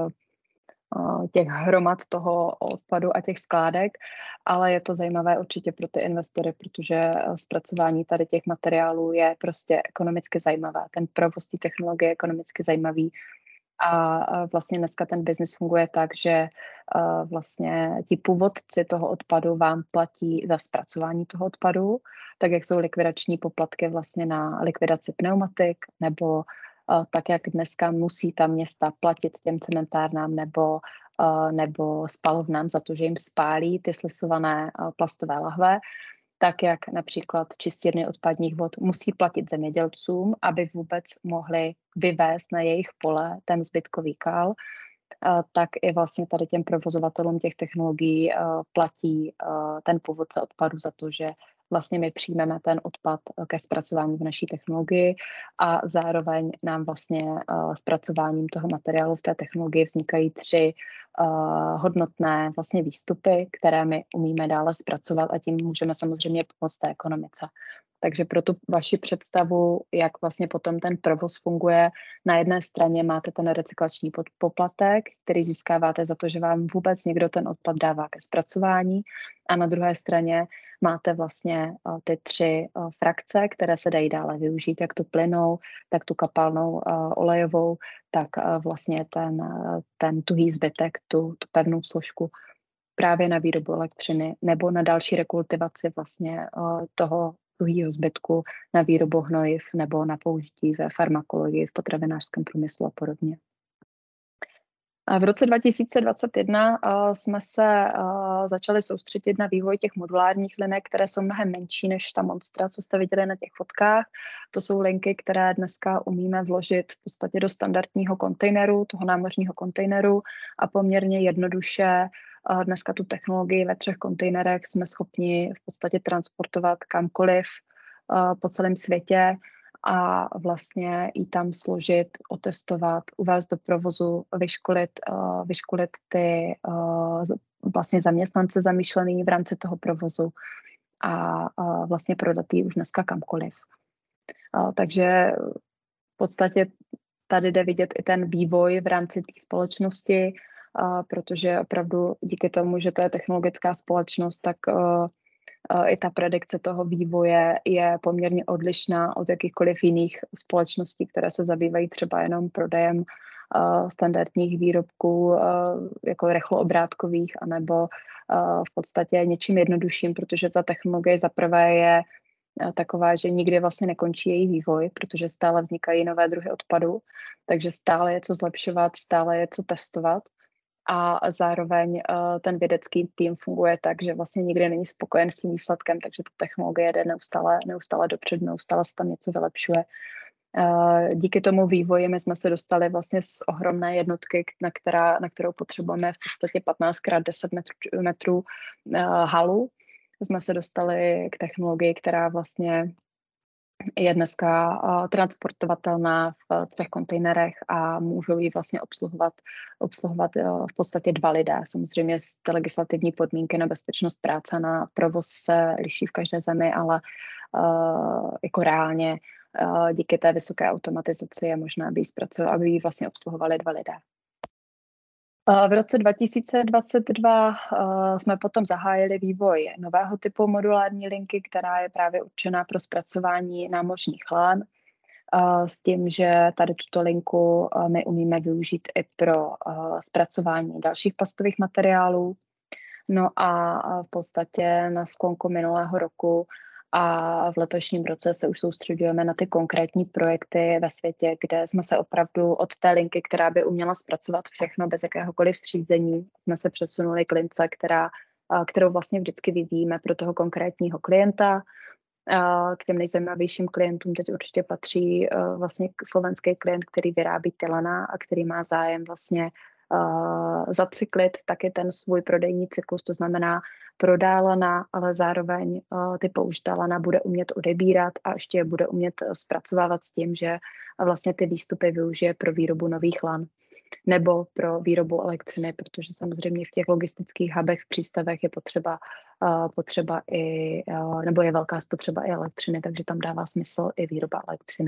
těch hromad toho odpadu a těch skládek, ale je to zajímavé určitě pro ty investory, protože zpracování tady těch materiálů je prostě ekonomicky zajímavé. Ten provoz té technologie je ekonomicky zajímavý a vlastně dneska ten biznis funguje tak, že vlastně ti původci toho odpadu vám platí za zpracování toho odpadu, tak jak jsou likvidační poplatky vlastně na likvidaci pneumatik, nebo tak, jak dneska musí ta města platit těm cementárnám nebo, nebo spalovnám za to, že jim spálí ty slisované plastové lahve, tak jak například čistírny odpadních vod musí platit zemědělcům, aby vůbec mohli vyvést na jejich pole ten zbytkový kál, tak i vlastně tady těm provozovatelům těch technologií platí ten původce odpadu za to, že vlastně my přijmeme ten odpad ke zpracování v naší technologii a zároveň nám vlastně zpracováním toho materiálu v té technologii vznikají tři hodnotné vlastně výstupy, které my umíme dále zpracovat a tím můžeme samozřejmě pomoct té ekonomice. Takže pro tu vaši představu, jak vlastně potom ten provoz funguje, na jedné straně máte ten recyklační poplatek, který získáváte za to, že vám vůbec někdo ten odpad dává ke zpracování, a na druhé straně máte vlastně ty tři frakce, které se dají dále využít, jak tu plynou, tak tu kapalnou olejovou, tak vlastně ten, ten tuhý zbytek, tu, tu pevnou složku právě na výrobu elektřiny nebo na další rekultivaci vlastně toho tuhýho zbytku na výrobu hnojiv nebo na použití ve farmakologii, v potravinářském průmyslu a podobně. V roce dva tisíce dvacet jedna jsme se začali soustředit na vývoj těch modulárních linek, které jsou mnohem menší než ta monstra, co jste viděli na těch fotkách. To jsou linky, které dneska umíme vložit v podstatě do standardního kontejneru, toho námořního kontejneru a poměrně jednoduše dneska tu technologii ve třech kontejnerech jsme schopni v podstatě transportovat kamkoliv po celém světě a vlastně i tam složit, otestovat, uvést do provozu, vyškolit, vyškolit ty vlastně zaměstnance zamýšlený v rámci toho provozu a vlastně prodat ji už dneska kamkoliv. Takže v podstatě tady jde vidět i ten vývoj v rámci té společnosti, protože opravdu díky tomu, že to je technologická společnost, tak i ta predikce toho vývoje je poměrně odlišná od jakýchkoliv jiných společností, které se zabývají třeba jenom prodejem standardních výrobků jako rychloobrátkových, anebo v podstatě něčím jednodušším, protože ta technologie zaprvé je taková, že nikdy vlastně nekončí její vývoj, protože stále vznikají nové druhy odpadu, takže stále je co zlepšovat, stále je co testovat. A zároveň uh, ten vědecký tým funguje tak, že vlastně nikdy není spokojen s tím výsledkem, takže ta technologie jde neustále, neustále dopředu, neustále se tam něco vylepšuje. Uh, díky tomu vývoji my jsme se dostali vlastně z ohromné jednotky, na, která, na kterou potřebujeme v podstatě patnáct krát deset metrů, metrů uh, halu. Jsme se dostali k technologii, která vlastně je dneska uh, transportovatelná v třech kontejnerech a můžou ji vlastně obsluhovat, obsluhovat uh, v podstatě dva lidé. Samozřejmě ty legislativní podmínky na bezpečnost práce, na provoz se liší v každé zemi, ale uh, jako reálně uh, díky té vysoké automatizaci je možné, aby ji, zpracoval, aby ji vlastně obsluhovali dva lidé. V roce dva tisíce dvacet dva uh, jsme potom zahájili vývoj nového typu modulární linky, která je právě určená pro zpracování námořních lán, uh, s tím, že tady tuto linku uh, my umíme využít i pro uh, zpracování dalších plastových materiálů. No a v podstatě na sklonku minulého roku a v letošním roce se už soustředujeme na ty konkrétní projekty ve světě, kde jsme se opravdu od té linky, která by uměla zpracovat všechno bez jakéhokoliv střízení, jsme se přesunuli k lince, která, kterou vlastně vždycky vyvíjíme pro toho konkrétního klienta. K těm nejzajímavějším klientům teď určitě patří vlastně slovenský klient, který vyrábí ty lana a který má zájem vlastně uh, zacyklit taky ten svůj prodejní cyklus, to znamená prodá lana, ale zároveň uh, ty použitá lana bude umět odebírat a ještě je bude umět zpracovávat s tím, že vlastně ty výstupy využije pro výrobu nových lan nebo pro výrobu elektřiny, protože samozřejmě v těch logistických hubech, přístavech je potřeba, uh, potřeba i, uh, nebo je velká spotřeba i elektřiny, takže tam dává smysl i výroba elektřiny.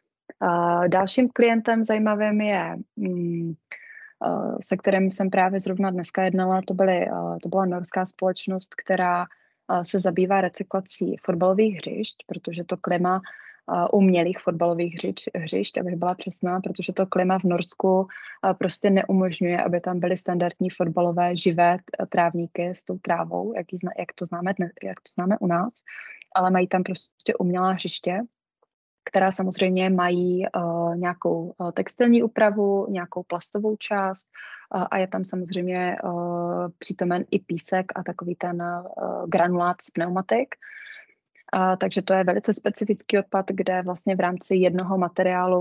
Uh, dalším klientem zajímavým je, um, uh, se kterým jsem právě zrovna dneska jednala, to, byly, uh, to byla norská společnost, která uh, se zabývá recyklací fotbalových hřišť, protože to klima umělých fotbalových hřišť, hřišť, abych byla přesná, protože to klima v Norsku prostě neumožňuje, aby tam byly standardní fotbalové živé trávníky s tou trávou, jak, zna, jak, to známe, jak to známe u nás, ale mají tam prostě umělá hřiště, která samozřejmě mají uh, nějakou uh, textilní úpravu, nějakou plastovou část uh, a je tam samozřejmě uh, přítomen i písek a takový ten uh, granulát z pneumatik. Uh, takže to je velice specifický odpad, kde vlastně v rámci jednoho materiálu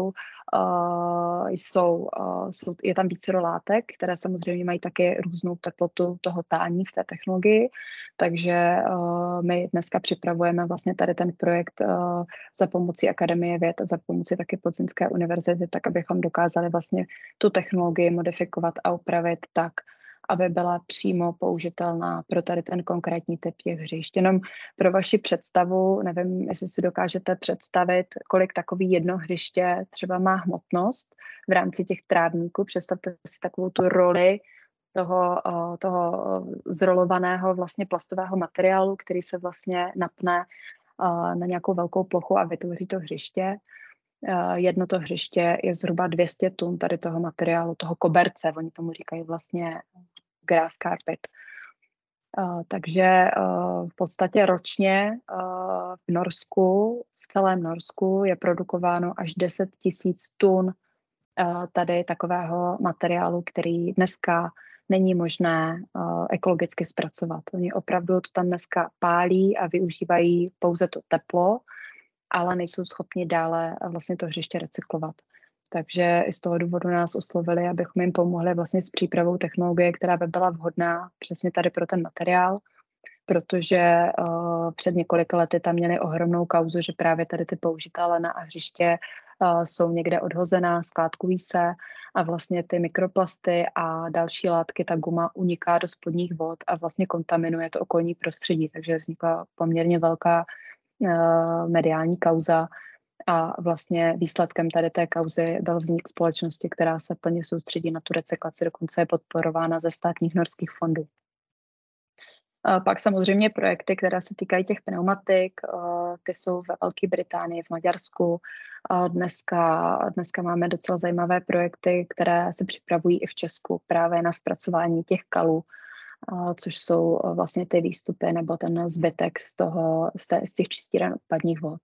uh, jsou, uh, jsou, je tam vícero látek, které samozřejmě mají také různou teplotu toho tání v té technologii. Takže uh, my dneska připravujeme vlastně tady ten projekt uh, za pomocí Akademie věd a za pomocí taky Plzeňské univerzity, tak abychom dokázali vlastně tu technologii modifikovat a upravit tak, aby byla přímo použitelná pro tady ten konkrétní typ těch hřišť. Jenom pro vaši představu, nevím, jestli si dokážete představit, kolik takový jedno hřiště třeba má hmotnost v rámci těch trávníků. Představte si takovou tu roli toho, toho zrolovaného vlastně plastového materiálu, který se vlastně napne na nějakou velkou plochu a vytvoří to hřiště. Jedno to hřiště je zhruba dvě stě tun tady toho materiálu, toho koberce, oni tomu říkají vlastně grass carpet. Uh, takže uh, v podstatě ročně uh, v Norsku, v celém Norsku je produkováno až deset tisíc tun uh, tady takového materiálu, který dneska není možné uh, ekologicky zpracovat. Oni opravdu to tam dneska pálí a využívají pouze to teplo, ale nejsou schopni dále vlastně to hřiště recyklovat. Takže i z toho důvodu nás oslovili, abychom jim pomohli vlastně s přípravou technologie, která by byla vhodná přesně tady pro ten materiál, protože uh, před několika lety tam měli ohromnou kauzu, že právě tady ty použitá lana a hřiště uh, jsou někde odhozená, skládkují se a vlastně ty mikroplasty a další látky, ta guma uniká do spodních vod a vlastně kontaminuje to okolní prostředí, takže vznikla poměrně velká uh, mediální kauza. A vlastně výsledkem tady té kauzy byl vznik společnosti, která se plně soustředí na tu recyklaci, dokonce je podporována ze státních norských fondů. A pak samozřejmě projekty, které se týkají těch pneumatik, ty jsou ve Velké Británii, v Maďarsku. Dneska, dneska máme docela zajímavé projekty, které se připravují i v Česku právě na zpracování těch kalů, což jsou vlastně ty výstupy nebo ten zbytek z, toho, z, té, z těch čistíren odpadních vod.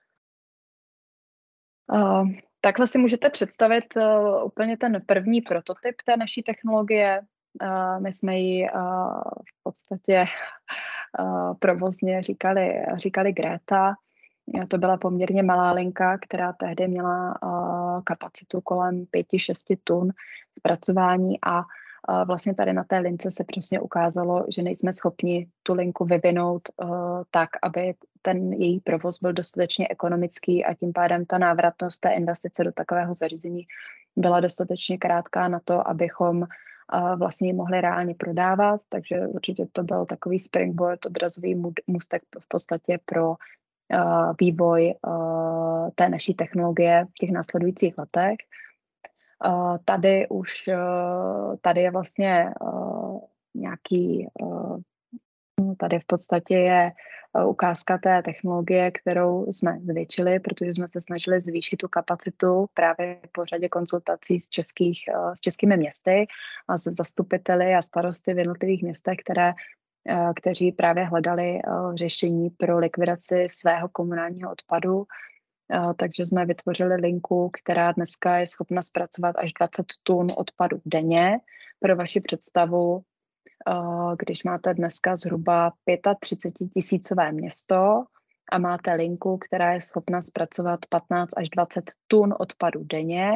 Uh, takhle si můžete představit uh, úplně ten první prototyp té naší technologie. Uh, my jsme ji uh, v podstatě uh, provozně říkali, říkali Greta. To byla poměrně malá linka, která tehdy měla uh, kapacitu kolem pět až šest tun zpracování a uh, vlastně tady na té lince se přesně ukázalo, že nejsme schopni tu linku vyvinout uh, tak, aby ten její provoz byl dostatečně ekonomický a tím pádem ta návratnost té investice do takového zařízení byla dostatečně krátká na to, abychom uh, vlastně ji mohli reálně prodávat, takže určitě to byl takový springboard, odrazový můstek v podstatě pro uh, vývoj uh, té naší technologie v těch následujících letech. Uh, tady už, uh, tady je vlastně uh, nějaký uh, Tady v podstatě je ukázka té technologie, kterou jsme zvětšili, protože jsme se snažili zvýšit tu kapacitu právě po řadě konzultací s, českých, s českými městy a s zastupiteli a starosty v jednotlivých městech, které, kteří právě hledali řešení pro likvidaci svého komunálního odpadu. Takže jsme vytvořili linku, která dneska je schopna zpracovat až dvacet tun odpadu denně. Pro vaši představu, když máte dneska zhruba třicet pět tisícové město a máte linku, která je schopna zpracovat patnáct až dvacet tun odpadu denně,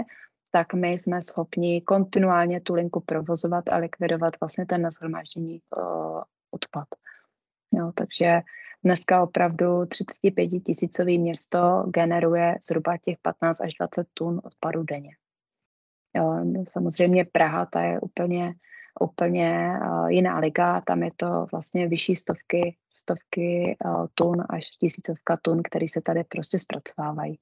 tak my jsme schopni kontinuálně tu linku provozovat a likvidovat vlastně ten nashromážděný uh, odpad. Jo, takže dneska opravdu třicet pět tisícový město generuje zhruba těch patnáct až dvacet tun odpadu denně. Jo, samozřejmě Praha, ta je úplně, úplně uh, jiná liga, tam je to vlastně vyšší stovky, stovky uh, tun až tisícovka tun, které se tady prostě zpracovávají.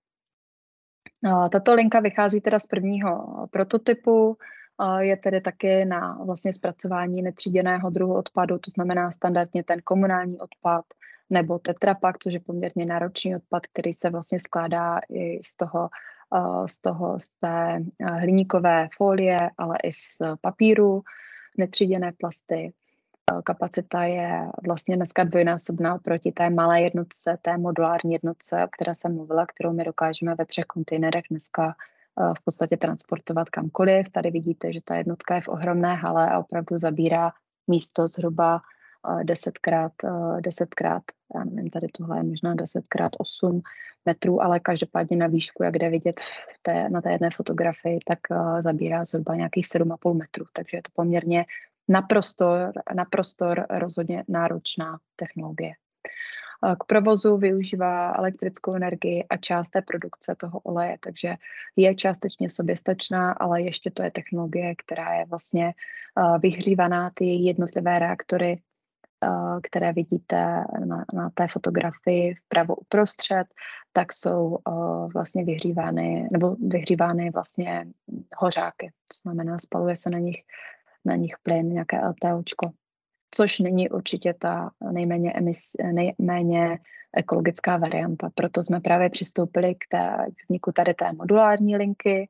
Uh, tato linka vychází teda z prvního prototypu, uh, je tedy taky na vlastně zpracování netříděného druhu odpadu, to znamená standardně ten komunální odpad nebo tetrapak, což je poměrně náročný odpad, který se vlastně skládá i z toho, z toho, z té hliníkové folie, ale i z papíru, netříděné plasty. Kapacita je vlastně dneska dvojnásobná oproti té malé jednotce, té modulární jednotce, o které jsem mluvila, kterou my dokážeme ve třech kontejnerech dneska v podstatě transportovat kamkoliv. Tady vidíte, že ta jednotka je v ohromné hale a opravdu zabírá místo zhruba desetkrát, desetkrát, já nevím, tady tohle je možná desetkrát osm metrů, ale každopádně na výšku, jak jde vidět v té, na té jedné fotografii, tak uh, zabírá zhruba nějakých sedm a půl metrů, takže je to poměrně na prostor, na prostor rozhodně náročná technologie. Uh, k provozu využívá elektrickou energii a část té produkce toho oleje, takže je částečně soběstačná, ale ještě to je technologie, která je vlastně uh, vyhřívaná, ty jednotlivé reaktory, které vidíte na, na té fotografii vpravo uprostřed, tak jsou uh, vlastně vyhřívány, nebo vyhřívány vlastně hořáky. To znamená, spaluje se na nich, na nich plyn, nějaké LTOčko, což není určitě ta nejméně, emis, nejméně ekologická varianta. Proto jsme právě přistoupili k té k vzniku tady té modulární linky.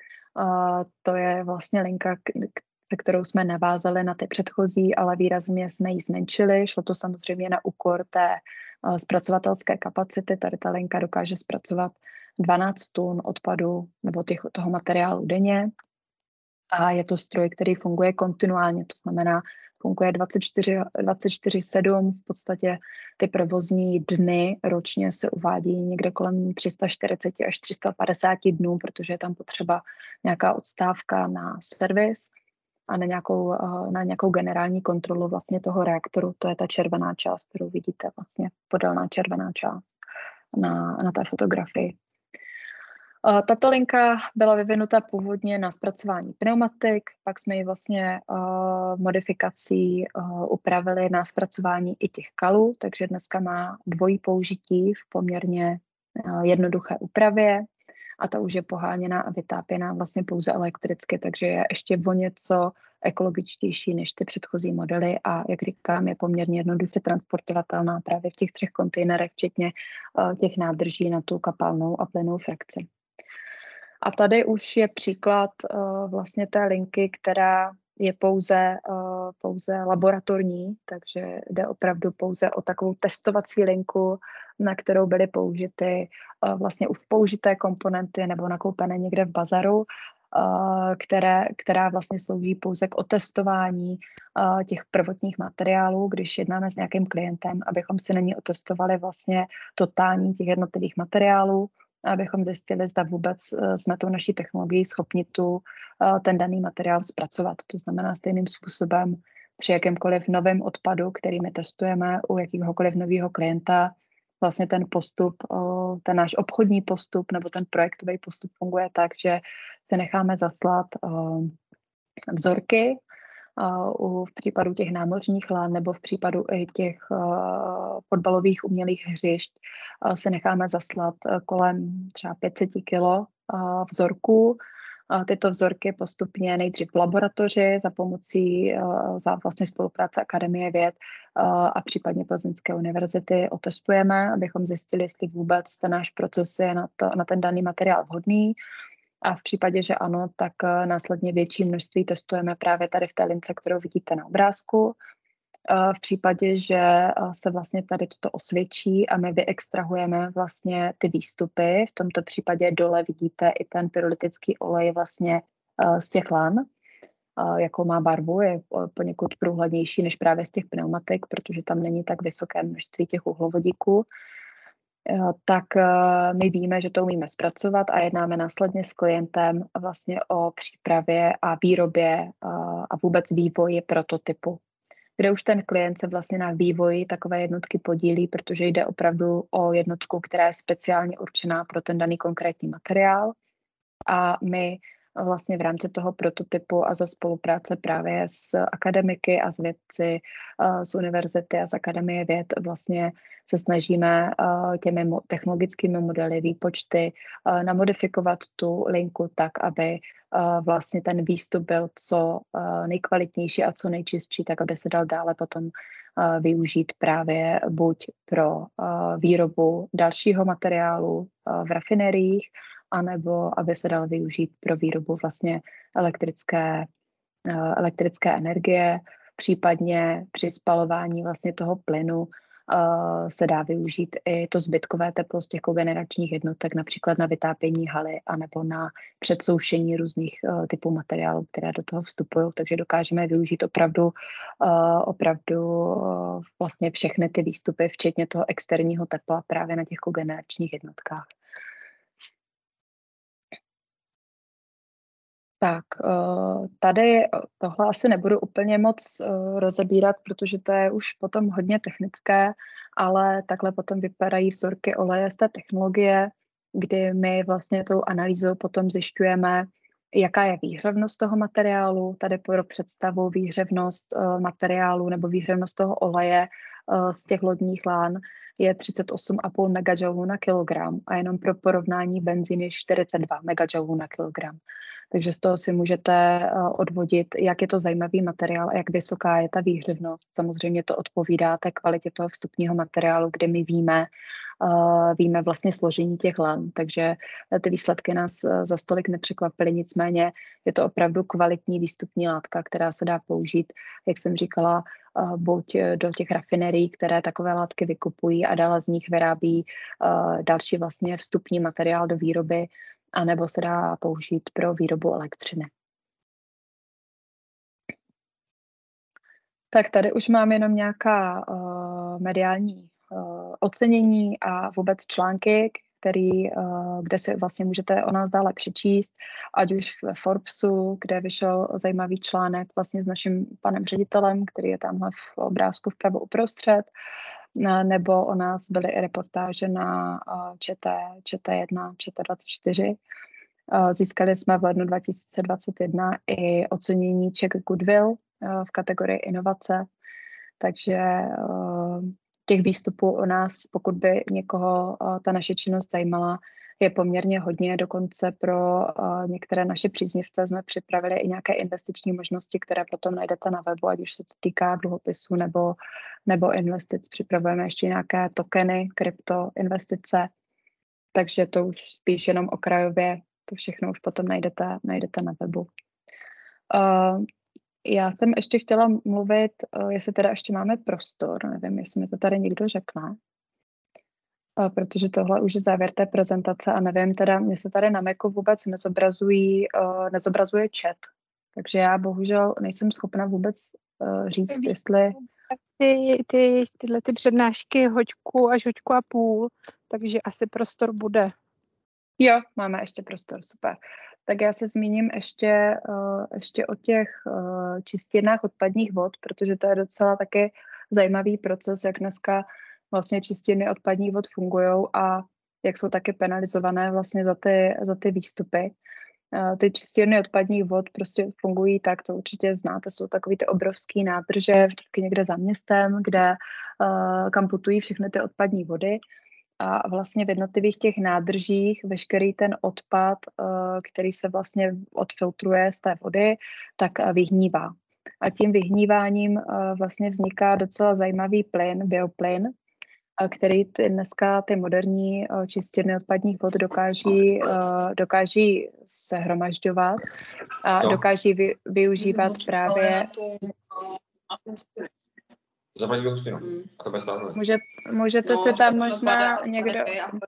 Uh, to je vlastně linka, k, k se kterou jsme navázali na ty předchozí, ale výrazně jsme ji zmenšili. Šlo to samozřejmě na úkor té uh, zpracovatelské kapacity. Tady ta linka dokáže zpracovat dvanáct tun odpadu nebo těch, toho materiálu denně. A je to stroj, který funguje kontinuálně, to znamená, funguje dvacet čtyři sedm, v podstatě ty provozní dny ročně se uvádí někde kolem tři sta čtyřicet až tři sta padesát dnů, protože je tam potřeba nějaká odstávka na servis a na nějakou, na nějakou generální kontrolu vlastně toho reaktoru. To je ta červená část, kterou vidíte vlastně, podélná červená část na, na té fotografii. Tato linka byla vyvinuta původně na zpracování pneumatik, pak jsme ji vlastně uh, modifikací uh, upravili na zpracování i těch kalů, takže dneska má dvojí použití v poměrně uh, jednoduché úpravě a ta už je poháněná a vytápěná vlastně pouze elektricky, takže je ještě o něco ekologičtější než ty předchozí modely a jak říkám, je poměrně jednoduše transportovatelná právě v těch třech kontejnerech, včetně uh, těch nádrží na tu kapalnou a plynnou frakci. A tady už je příklad uh, vlastně té linky, která je pouze, uh, pouze laboratorní, takže jde opravdu pouze o takovou testovací linku, na kterou byly použity uh, vlastně už použité komponenty nebo nakoupené někde v bazaru, uh, které, která vlastně slouží pouze k otestování uh, těch prvotních materiálů, když jednáme s nějakým klientem, abychom si na ní otestovali vlastně totální těch jednotlivých materiálů, abychom zjistili, zda vůbec jsme tou naší technologií schopni tu, ten daný materiál zpracovat. To znamená stejným způsobem při jakémkoliv novém odpadu, který my testujeme u jakýhokoliv nového klienta, vlastně ten postup, ten náš obchodní postup nebo ten projektový postup funguje tak, že se necháme zaslat vzorky, Uh, v případu těch námořních lan nebo v případu i těch uh, fotbalových umělých hřišť uh, se necháme zaslat uh, kolem třeba pět set kilo uh, vzorků. Uh, tyto vzorky postupně nejdřív v laboratoři za pomocí, uh, za vlastně spolupráce Akademie věd uh, a případně Plzeňské univerzity otestujeme, abychom zjistili, jestli vůbec ten náš proces je na, to, na ten daný materiál vhodný. A v případě, že ano, tak následně větší množství testujeme právě tady v té lince, kterou vidíte na obrázku. V případě, že se vlastně tady toto osvědčí a my vyextrahujeme vlastně ty výstupy, v tomto případě dole vidíte i ten pyrolytický olej vlastně z těch lan, jakou má barvu, je poněkud průhlednější než právě z těch pneumatik, protože tam není tak vysoké množství těch uhlovodíků. tak my víme, že to umíme zpracovat a jednáme následně s klientem vlastně o přípravě a výrobě a vůbec vývoji prototypu, kde už ten klient se vlastně na vývoji takové jednotky podílí, protože jde opravdu o jednotku, která je speciálně určená pro ten daný konkrétní materiál. A my vlastně v rámci toho prototypu a za spolupráce právě s akademiky a s vědci z univerzity a z Akademie věd vlastně se snažíme těmi technologickými modely, výpočty namodifikovat tu linku tak, aby vlastně ten výstup byl co nejkvalitnější a co nejčistší, tak aby se dal dále potom využít právě buď pro výrobu dalšího materiálu v rafineriích, anebo aby se dal využít pro výrobu vlastně elektrické, elektrické energie, případně při spalování vlastně toho plynu uh, se dá využít i to zbytkové teplo z těch kogeneračních jednotek, například na vytápění haly anebo na předsoušení různých uh, typů materiálů, které do toho vstupují, takže dokážeme využít opravdu, uh, opravdu uh, vlastně všechny ty výstupy, včetně toho externího tepla právě na těch kogeneračních jednotkách. Tak, tady tohle asi nebudu úplně moc rozebírat, protože to je už potom hodně technické, ale takhle potom vypadají vzorky oleje z té technologie, kdy my vlastně tou analýzou potom zjišťujeme, jaká je výhřevnost toho materiálu. Tady pro představu výhřevnost materiálu nebo výhřevnost toho oleje z těch lodních lán je třicet osm celá pět megajoulů na kilogram a jenom pro porovnání benzín je čtyřicet dva megajoulů na kilogram. Takže z toho si můžete odvodit, jak je to zajímavý materiál a jak vysoká je ta výhřevnost. Samozřejmě to odpovídá té kvalitě toho vstupního materiálu, kde my víme, uh, víme vlastně složení těch lan. Takže ty výsledky nás za stolik nepřekvapily, nicméně je to opravdu kvalitní výstupní látka, která se dá použít, jak jsem říkala, uh, buď do těch rafinerií, které takové látky vykupují a dále z nich vyrábí uh, další vlastně vstupní materiál do výroby, a nebo se dá použít pro výrobu elektřiny. Tak tady už mám jenom nějaká uh, mediální uh, ocenění a vůbec články, který, uh, kde si vlastně můžete o nás dále přečíst, ať už v Forbesu, kde vyšel zajímavý článek vlastně s naším panem ředitelem, který je tamhle v obrázku vpravo uprostřed, nebo o nás byly i reportáže na ČT, ČT1, ČT24. Získali jsme v lednu dva tisíce dvacet jedna i ocenění Czech Goodwill v kategorii inovace, takže těch výstupů o nás, pokud by někoho ta naše činnost zajímala, je poměrně hodně. Dokonce pro některé naše příznivce jsme připravili i nějaké investiční možnosti, které potom najdete na webu, ať už se to týká dluhopisů nebo, nebo investic. Připravujeme ještě nějaké tokeny, kryptoinvestice, takže to už spíš jenom okrajově. To všechno už potom najdete, najdete na webu. Uh, já jsem ještě chtěla mluvit, uh, jestli teda ještě máme prostor, nevím, jestli mi to tady někdo řekne, uh, protože tohle už je závěr té prezentace a nevím, teda mně se tady na Macu vůbec nezobrazují, uh, nezobrazuje chat, takže já bohužel nejsem schopna vůbec uh, říct, jestli... Ty, ty, tyhle ty přednášky hoďku až hoďku a půl, takže asi prostor bude. Jo, máme ještě prostor, super. Tak já se zmíním ještě, uh, ještě o těch uh, čistírnách odpadních vod, protože to je docela taky zajímavý proces, jak dneska vlastně čistírny odpadních vod fungují a jak jsou taky penalizované vlastně za ty, za ty výstupy. Uh, ty čistírny odpadních vod prostě fungují tak, to určitě znáte, jsou takový ty obrovský nádrže vždycky někde za městem, kde uh, kam putují všechny ty odpadní vody. A vlastně v jednotlivých těch nádržích veškerý ten odpad, který se vlastně odfiltruje z té vody, tak vyhnívá. A tím vyhníváním vlastně vzniká docela zajímavý plyn, bioplyn, který ty dneska ty moderní čistírny odpadních vod dokáží, dokáží sehromažďovat a dokáží vy, využívat právě... Zapadí do hustinu. A to bez stáhnout. Může, můžete no, si tam možná někdo...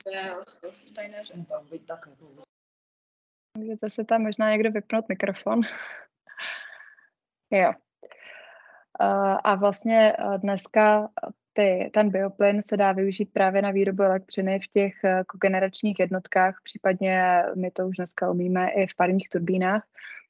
Můžete si tam možná někdo vypnout mikrofon. Jo. A vlastně dneska ty, ten bioplyn se dá využít právě na výrobu elektřiny v těch kogeneračních jednotkách, případně my to už dneska umíme i v parních turbínách.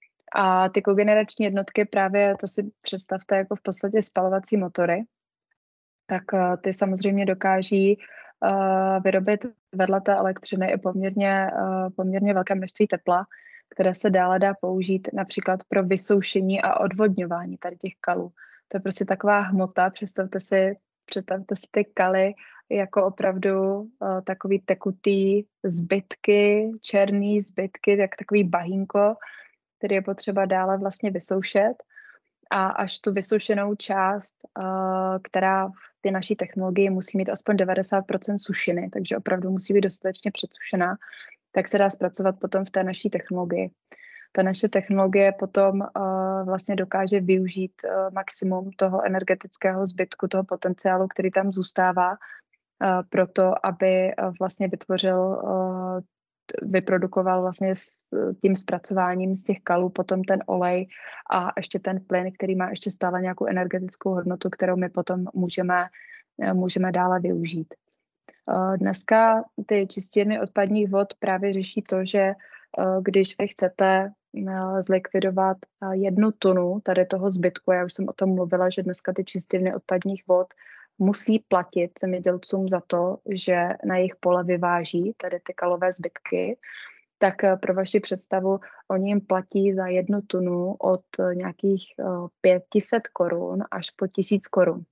A ty kogenerační jednotky právě, to si představte jako v podstatě spalovací motory, tak ty samozřejmě dokáží uh, vyrobit vedle té elektřiny i poměrně, uh, poměrně velké množství tepla, které se dále dá použít například pro vysoušení a odvodňování tady těch kalů. To je prostě taková hmota, představte si, představte si ty kaly jako opravdu uh, takový tekutý zbytky, černý zbytky, jak takový bahínko, který je potřeba dále vlastně vysoušet. A až tu vysušenou část, uh, která v té naší technologii musí mít aspoň devadesát procent sušiny, takže opravdu musí být dostatečně předsušená, tak se dá zpracovat potom v té naší technologii. Ta naše technologie potom uh, vlastně dokáže využít uh, maximum toho energetického zbytku, toho potenciálu, který tam zůstává, uh, proto, aby uh, vlastně vytvořil, uh, vyprodukoval vlastně s tím zpracováním z těch kalů potom ten olej a ještě ten plyn, který má ještě stále nějakou energetickou hodnotu, kterou my potom můžeme, uh, můžeme dále využít. Uh, dneska ty čistírny odpadních vod právě řeší to, že uh, když vy chcete zlikvidovat jednu tunu tady toho zbytku. Já už jsem o tom mluvila, že dneska ty čistírny odpadních vod musí platit zemědělcům za to, že na jejich pole vyváží tady ty kalové zbytky. Tak pro vaši představu, oni jim platí za jednu tunu od nějakých pět set korun až po tisíc korun.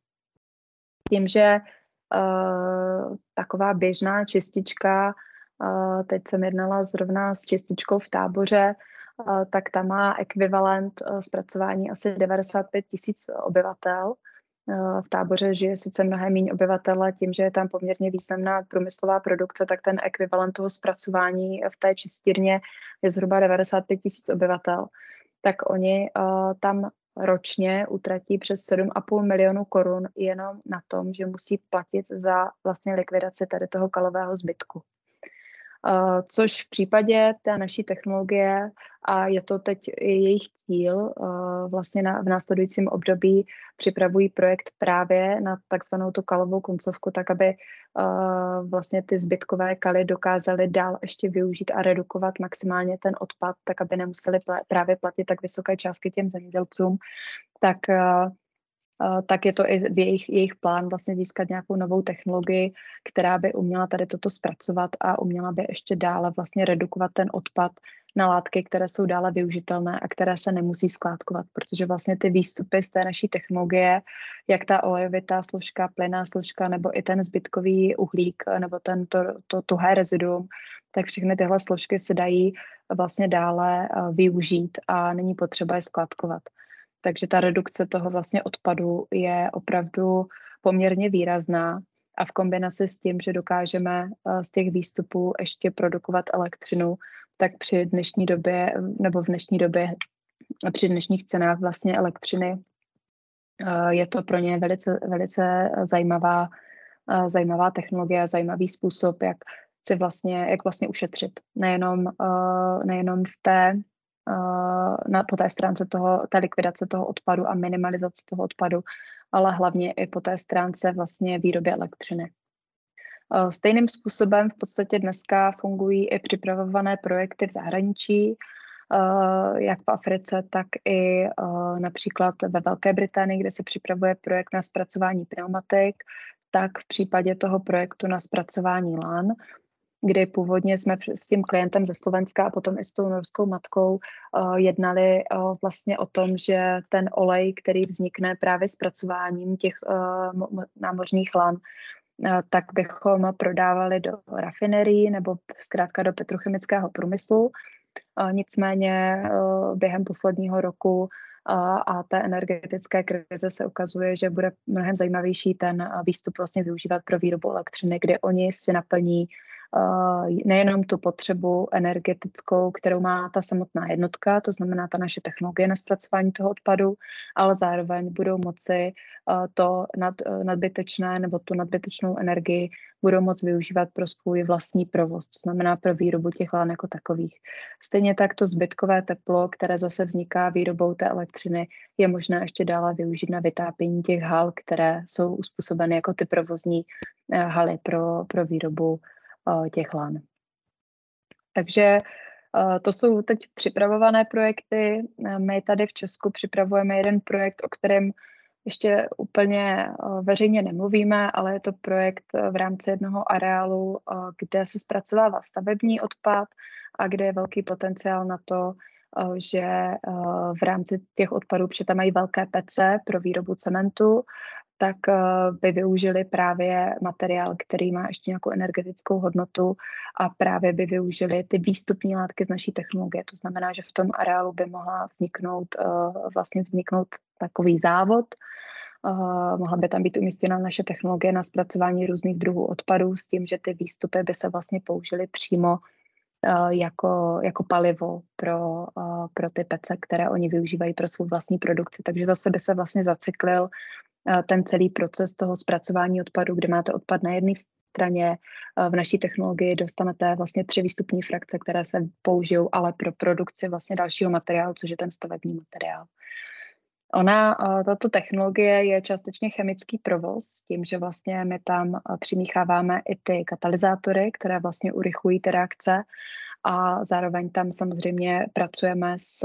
Tím, že uh, taková běžná čistička, uh, teď jsem jednala zrovna s čističkou v Táboře, Uh, tak ta má ekvivalent uh, zpracování asi devadesát pět tisíc obyvatel. Uh, v Táboře žije sice mnohem méně obyvatel, ale tím, že je tam poměrně významná průmyslová produkce, tak ten ekvivalent toho zpracování v té čistírně je zhruba devadesát pět tisíc obyvatel. Tak oni uh, tam ročně utratí přes sedm a půl milionu korun jenom na tom, že musí platit za vlastně likvidaci tady toho kalového zbytku. Uh, což v případě té naší technologie, a je to teď jejich cíl, uh, vlastně na, v následujícím období připravují projekt právě na takzvanou tu kalovou koncovku, tak aby uh, vlastně ty zbytkové kaly dokázaly dál ještě využít a redukovat maximálně ten odpad, tak aby nemuseli pl- právě platit tak vysoké částky těm zemědělcům, tak uh, Uh, tak je to i v jejich, jejich plán vlastně získat nějakou novou technologii, která by uměla tady toto zpracovat a uměla by ještě dále vlastně redukovat ten odpad na látky, které jsou dále využitelné a které se nemusí skládkovat, protože vlastně ty výstupy z té naší technologie, jak ta olejovitá složka, plynná složka, nebo i ten zbytkový uhlík, nebo ten to, to tuhé reziduum, tak všechny tyhle složky se dají vlastně dále uh, využít a není potřeba je skládkovat. Takže ta redukce toho vlastně odpadu je opravdu poměrně výrazná a v kombinaci s tím, že dokážeme z těch výstupů ještě produkovat elektřinu, tak při dnešní době nebo v dnešní době při dnešních cenách vlastně elektřiny je to pro ně velice, velice zajímavá, zajímavá technologie, zajímavý způsob, jak si vlastně, jak vlastně ušetřit. Nejenom, nejenom v té Na, po té stránce toho, té likvidace toho odpadu a minimalizace toho odpadu, ale hlavně i po té stránce vlastně výroby elektřiny. Stejným způsobem v podstatě dneska fungují i připravované projekty v zahraničí, jak v Africe, tak i například ve Velké Británii, kde se připravuje projekt na zpracování pneumatik, tak v případě toho projektu na zpracování lán, kdy původně jsme s tím klientem ze Slovenska a potom i s tou norskou matkou uh, jednali uh, vlastně o tom, že ten olej, který vznikne právě zpracováním těch uh, námořních lan, uh, tak bychom prodávali do rafinerií nebo zkrátka do petrochemického průmyslu. Uh, nicméně uh, během posledního roku uh, a té energetické krize se ukazuje, že bude mnohem zajímavější ten výstup vlastně využívat pro výrobu elektřiny, kde oni si naplní nejenom tu potřebu energetickou, kterou má ta samotná jednotka, to znamená ta naše technologie na zpracování toho odpadu, ale zároveň budou moci to nad, nadbytečné nebo tu nadbytečnou energii budou moci využívat pro svůj vlastní provoz, to znamená pro výrobu těch lán jako takových. Stejně tak to zbytkové teplo, které zase vzniká výrobou té elektřiny, je možné ještě dále využít na vytápění těch hal, které jsou uspůsobeny jako ty provozní haly pro, pro výrobu těch lán. Takže to jsou teď připravované projekty. My tady v Česku připravujeme jeden projekt, o kterém ještě úplně veřejně nemluvíme, ale je to projekt v rámci jednoho areálu, kde se zpracovává stavební odpad a kde je velký potenciál na to, že v rámci těch odpadů, protože tam mají velké pece pro výrobu cementu, tak by využili právě materiál, který má ještě nějakou energetickou hodnotu a právě by využili ty výstupní látky z naší technologie. To znamená, že v tom areálu by mohla vzniknout, vlastně vzniknout takový závod, mohla by tam být umístěna naše technologie na zpracování různých druhů odpadů s tím, že ty výstupy by se vlastně použily přímo jako, jako palivo pro, pro ty pece, které oni využívají pro svou vlastní produkci. Takže zase by se vlastně zacyklil ten celý proces toho zpracování odpadu, kde máte odpad na jedné straně, v naší technologii dostanete vlastně tři výstupní frakce, které se použijou, ale pro produkci vlastně dalšího materiálu, což je ten stavební materiál. Ona, tato technologie je částečně chemický provoz, tím, že vlastně my tam přimícháváme i ty katalyzátory, které vlastně urychlují ty reakce a zároveň tam samozřejmě pracujeme s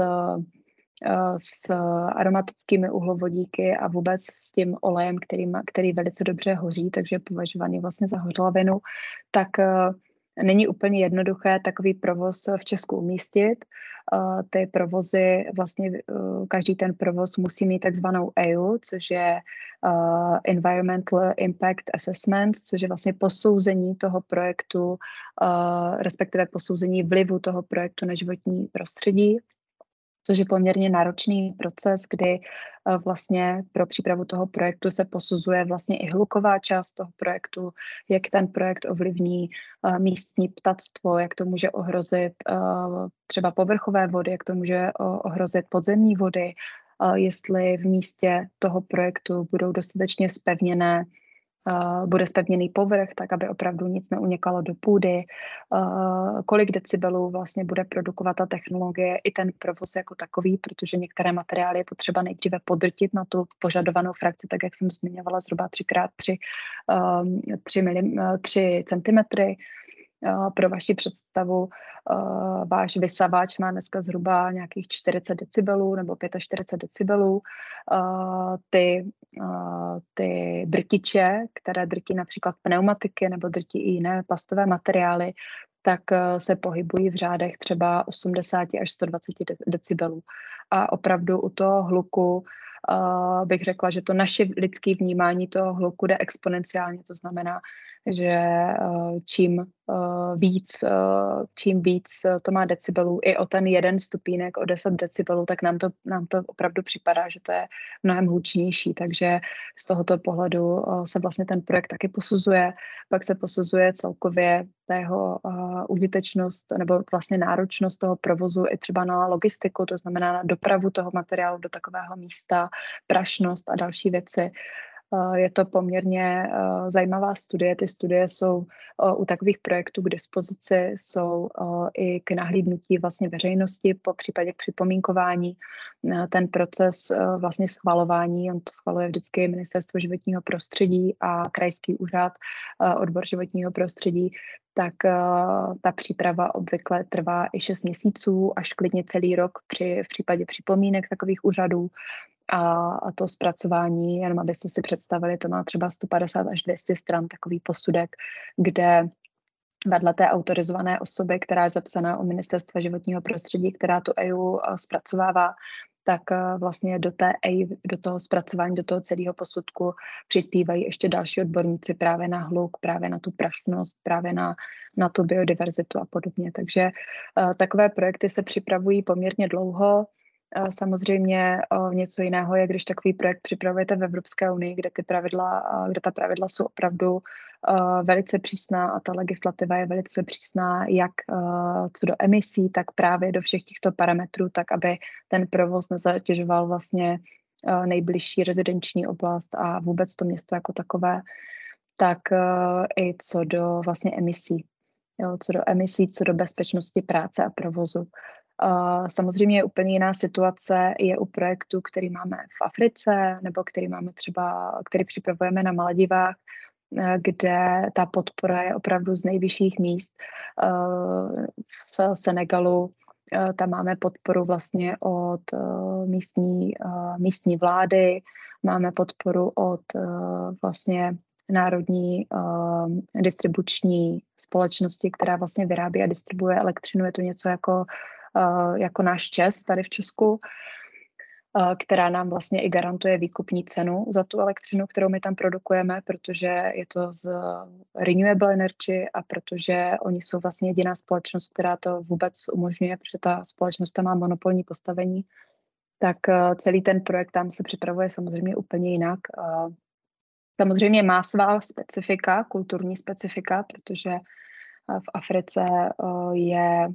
s aromatickými uhlovodíky a vůbec s tím olejem, který, má, který velice dobře hoří, takže je považovaný vlastně za hořlavinu, tak uh, není úplně jednoduché takový provoz v Česku umístit. Uh, ty provozy, vlastně uh, každý ten provoz musí mít takzvanou E U, což je uh, Environmental Impact Assessment, což je vlastně posouzení toho projektu, uh, respektive posouzení vlivu toho projektu na životní prostředí, což je poměrně náročný proces, kdy vlastně pro přípravu toho projektu se posuzuje vlastně i hluková část toho projektu, jak ten projekt ovlivní místní ptactvo, jak to může ohrozit třeba povrchové vody, jak to může ohrozit podzemní vody, jestli v místě toho projektu budou dostatečně zpevněné Uh, bude zpevněný povrch, tak aby opravdu nic neunikalo do půdy, uh, kolik decibelů vlastně bude produkovat ta technologie i ten provoz jako takový, protože některé materiály je potřeba nejdříve podrtit na tu požadovanou frakci, tak jak jsem zmiňovala, zhruba tři krát tři centimetry. Pro vaši představu, uh, váš vysavač má dneska zhruba nějakých čtyřicet decibelů nebo čtyřicet pět decibelů. Uh, ty, uh, ty drtiče, které drtí například pneumatiky nebo drtí i jiné plastové materiály, tak uh, se pohybují v řádech třeba osmdesát až sto dvacet decibelů. A opravdu u toho hluku uh, bych řekla, že to naše lidské vnímání toho hluku jde exponenciálně, to znamená, že uh, čím uh, víc, uh, čím víc to má decibelů, i o ten jeden stupínek, o deset decibelů, tak nám to, nám to opravdu připadá, že to je mnohem hlučnější. Takže z tohoto pohledu uh, se vlastně ten projekt taky posuzuje. Pak se posuzuje celkově tého uh, užitečnost nebo vlastně náročnost toho provozu i třeba na logistiku, to znamená na dopravu toho materiálu do takového místa, prašnost a další věci. Je to poměrně uh, zajímavá studie. Ty studie jsou uh, u takových projektů k dispozici, jsou uh, i k nahlídnutí vlastně veřejnosti, po případě k připomínkování. Uh, ten proces uh, vlastně schvalování, on to schvaluje vždycky Ministerstvo životního prostředí a krajský úřad, uh, odbor životního prostředí, tak uh, ta příprava obvykle trvá i šest měsíců, až klidně celý rok při, v případě připomínek takových úřadů. A, a to zpracování, jenom abyste si představili, to má třeba sto padesát až dvě stě stran takový posudek, kde vedle té autorizované osoby, která je zapsaná u Ministerstva životního prostředí, která tu E U zpracovává, tak vlastně do, té E U, do toho zpracování, do toho celého posudku přispívají ještě další odborníci právě na hluk, právě na tu prašnost, právě na, na tu biodiverzitu a podobně. Takže uh, takové projekty se připravují poměrně dlouho. Samozřejmě něco jiného je, když takový projekt připravujete v Evropské unii, kde ty pravidla, kde ta pravidla jsou opravdu velice přísná a ta legislativa je velice přísná jak co do emisí, tak právě do všech těchto parametrů, tak aby ten provoz nezatěžoval vlastně nejbližší rezidenční oblast a vůbec to město jako takové, tak i co do vlastně emisí. Jo, co do emisí, co do bezpečnosti práce a provozu. Uh, samozřejmě je úplně jiná situace je u projektu, který máme v Africe nebo který máme třeba, který připravujeme na Maledivách, kde ta podpora je opravdu z nejvyšších míst. Uh, v Senegalu uh, tam máme podporu vlastně od uh, místní, uh, místní vlády, máme podporu od uh, vlastně národní uh, distribuční společnosti, která vlastně vyrábí a distribuje elektřinu. Je to něco jako, uh, jako náš ČEZ tady v Česku, uh, která nám vlastně i garantuje výkupní cenu za tu elektřinu, kterou my tam produkujeme, protože je to z renewable energy a protože oni jsou vlastně jediná společnost, která to vůbec umožňuje, protože ta společnost tam má monopolní postavení. Tak uh, celý ten projekt tam se připravuje samozřejmě úplně jinak. Uh, Samozřejmě má svá specifika, kulturní specifika, protože v Africe je,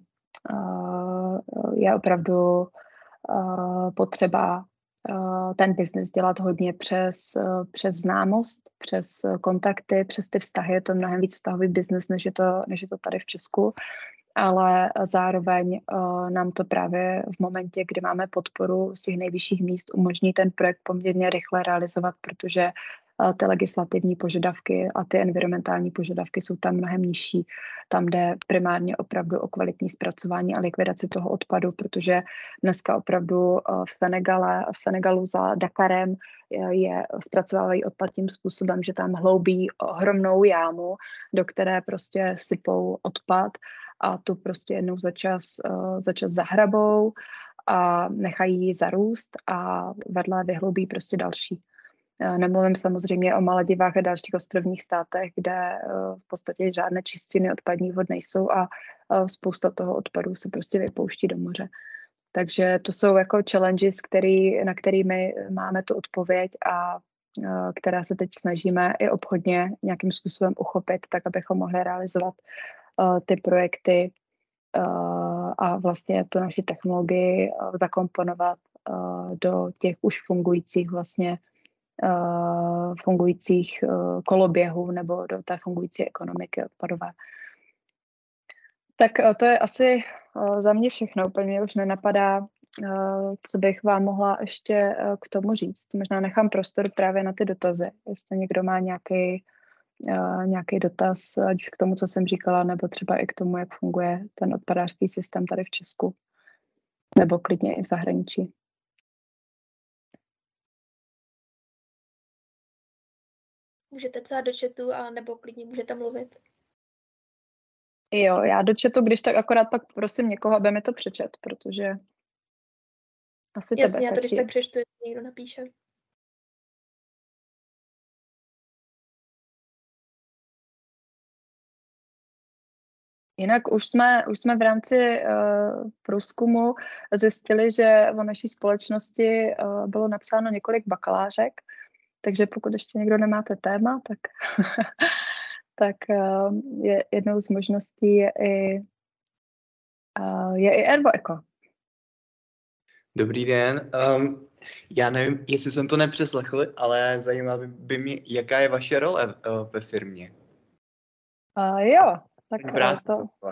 je opravdu potřeba ten biznis dělat hodně přes, přes známost, přes kontakty, přes ty vztahy. Je to mnohem víc vztahový biznis, než je to, než je to tady v Česku. Ale zároveň uh, nám to právě v momentě, kdy máme podporu z těch nejvyšších míst, umožní ten projekt poměrně rychle realizovat, protože uh, ty legislativní požadavky a ty environmentální požadavky jsou tam mnohem nižší. Tam jde primárně opravdu o kvalitní zpracování a likvidaci toho odpadu, protože dneska opravdu uh, v, Senegale, v Senegalu za Dakarem je, je zpracovávají odpad tím způsobem, že tam hloubí ohromnou jámu, do které prostě sypou odpad, a tu prostě jednou za čas, uh, za čas zahrabou a nechají ji zarůst a vedle vyhloubí prostě další. Uh, nemluvím samozřejmě o Maledivách a dalších ostrovních státech, kde uh, v podstatě žádné čistiny odpadních vod nejsou a uh, spousta toho odpadu se prostě vypouští do moře. Takže to jsou jako challenges, který, na který my máme tu odpověď a uh, které se teď snažíme i obchodně nějakým způsobem uchopit, tak abychom mohli realizovat ty projekty uh, a vlastně tu naši technologii uh, zakomponovat uh, do těch už fungujících vlastně uh, fungujících uh, koloběhů nebo do té fungující ekonomiky odpadové. Tak uh, to je asi uh, za mě všechno. Úplně mě už nenapadá, uh, co bych vám mohla ještě uh, k tomu říct. Možná nechám prostor právě na ty dotazy, jestli někdo má nějaký Uh, nějaký dotaz, ať k tomu, co jsem říkala, nebo třeba i k tomu, jak funguje ten odpadářský systém tady v Česku, nebo klidně i v zahraničí. Můžete psát do chatu a nebo klidně můžete mluvit. Jo, já do chatu, když tak akorát pak prosím někoho, aby mi to přečet, protože asi Jasně, tebe já to když taky. tak přečtu, jestli někdo napíše. Jinak už jsme, už jsme v rámci uh, průzkumu zjistili, že o naší společnosti uh, bylo napsáno několik bakalářek, takže pokud ještě někdo nemáte téma, tak, tak uh, je jednou z možností je i, uh, je i Ervoeco. Dobrý den. Um, já nevím, jestli jsem to nepřeslechl, ale zajímalo by mě, jaká je vaše role uh, ve firmě. Uh, jo, tak Práce, to... uh,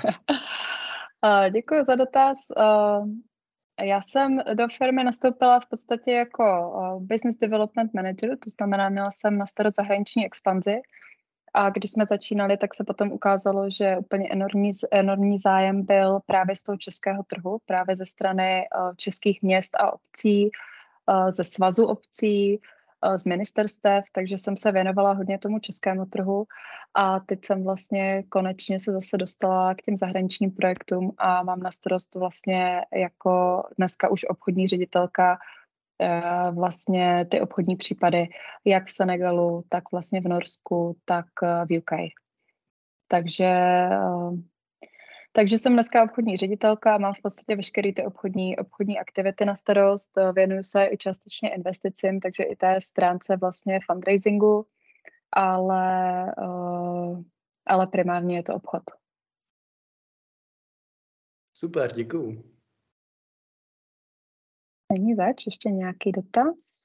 děkuji za dotaz. Uh, já jsem do firmy nastoupila v podstatě jako uh, business development manager, to znamená, měla jsem na starost zahraniční expanzi. A když jsme začínali, tak se potom ukázalo, že úplně enormní, enormní zájem byl právě z toho českého trhu, právě ze strany uh, českých měst a obcí, uh, ze svazu obcí, uh, z ministerstev, takže jsem se věnovala hodně tomu českému trhu a teď jsem vlastně konečně se zase dostala k těm zahraničním projektům a mám na starost vlastně jako dneska už obchodní ředitelka vlastně ty obchodní případy, jak v Senegalu, tak vlastně v Norsku, tak v U K. Takže, Takže jsem dneska obchodní ředitelka a mám v podstatě veškeré ty obchodní, obchodní aktivity na starost. Věnuju se i částečně investicím, takže i té stránce vlastně fundraisingu, ale, uh, ale primárně je to obchod. Super, děkuju. Není zač, ještě nějaký dotaz?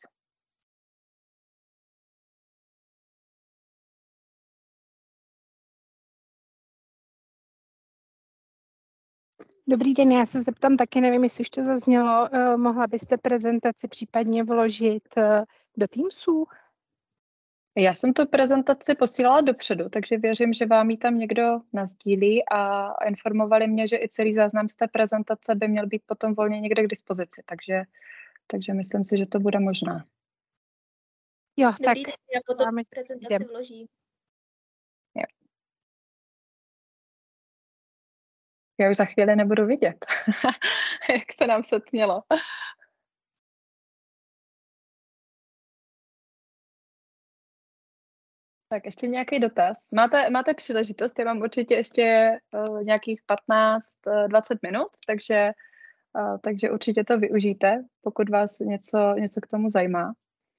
Dobrý den, já se zeptám taky, nevím, jestli už to zaznělo, uh, mohla byste prezentaci případně vložit uh, do Teamsu? Já jsem tu prezentaci posílala dopředu, takže věřím, že vám ji tam někdo nasdílí a informovali mě, že i celý záznam z té prezentace by měl být potom volně někde k dispozici, takže, takže myslím si, že to bude možné. Jo, tak. Dobrý den, já potom dáme- prezentaci jdem. vložím. Já už za chvíli nebudu vidět, jak se nám setmělo. Tak ještě nějaký dotaz. Máte, máte příležitost, já mám určitě ještě uh, nějakých patnáct dvacet minut, takže, uh, takže určitě to využijte, pokud vás něco, něco k tomu zajímá.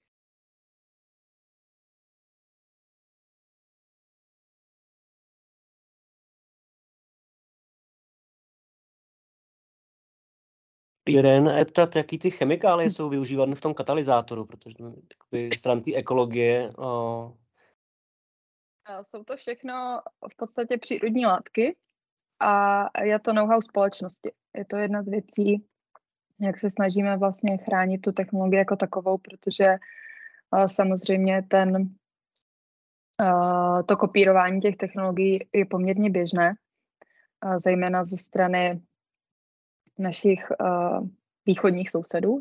Jeden eptat, jaký ty chemikálie jsou využívány v tom katalyzátoru, protože jakoby, stran té ekologie. O... Jsou to všechno v podstatě přírodní látky a je to know-how společnosti. Je to jedna z věcí, jak se snažíme vlastně chránit tu technologii jako takovou, protože uh, samozřejmě ten, uh, to kopírování těch technologií je poměrně běžné, uh, zejména ze strany našich uh, východních sousedů.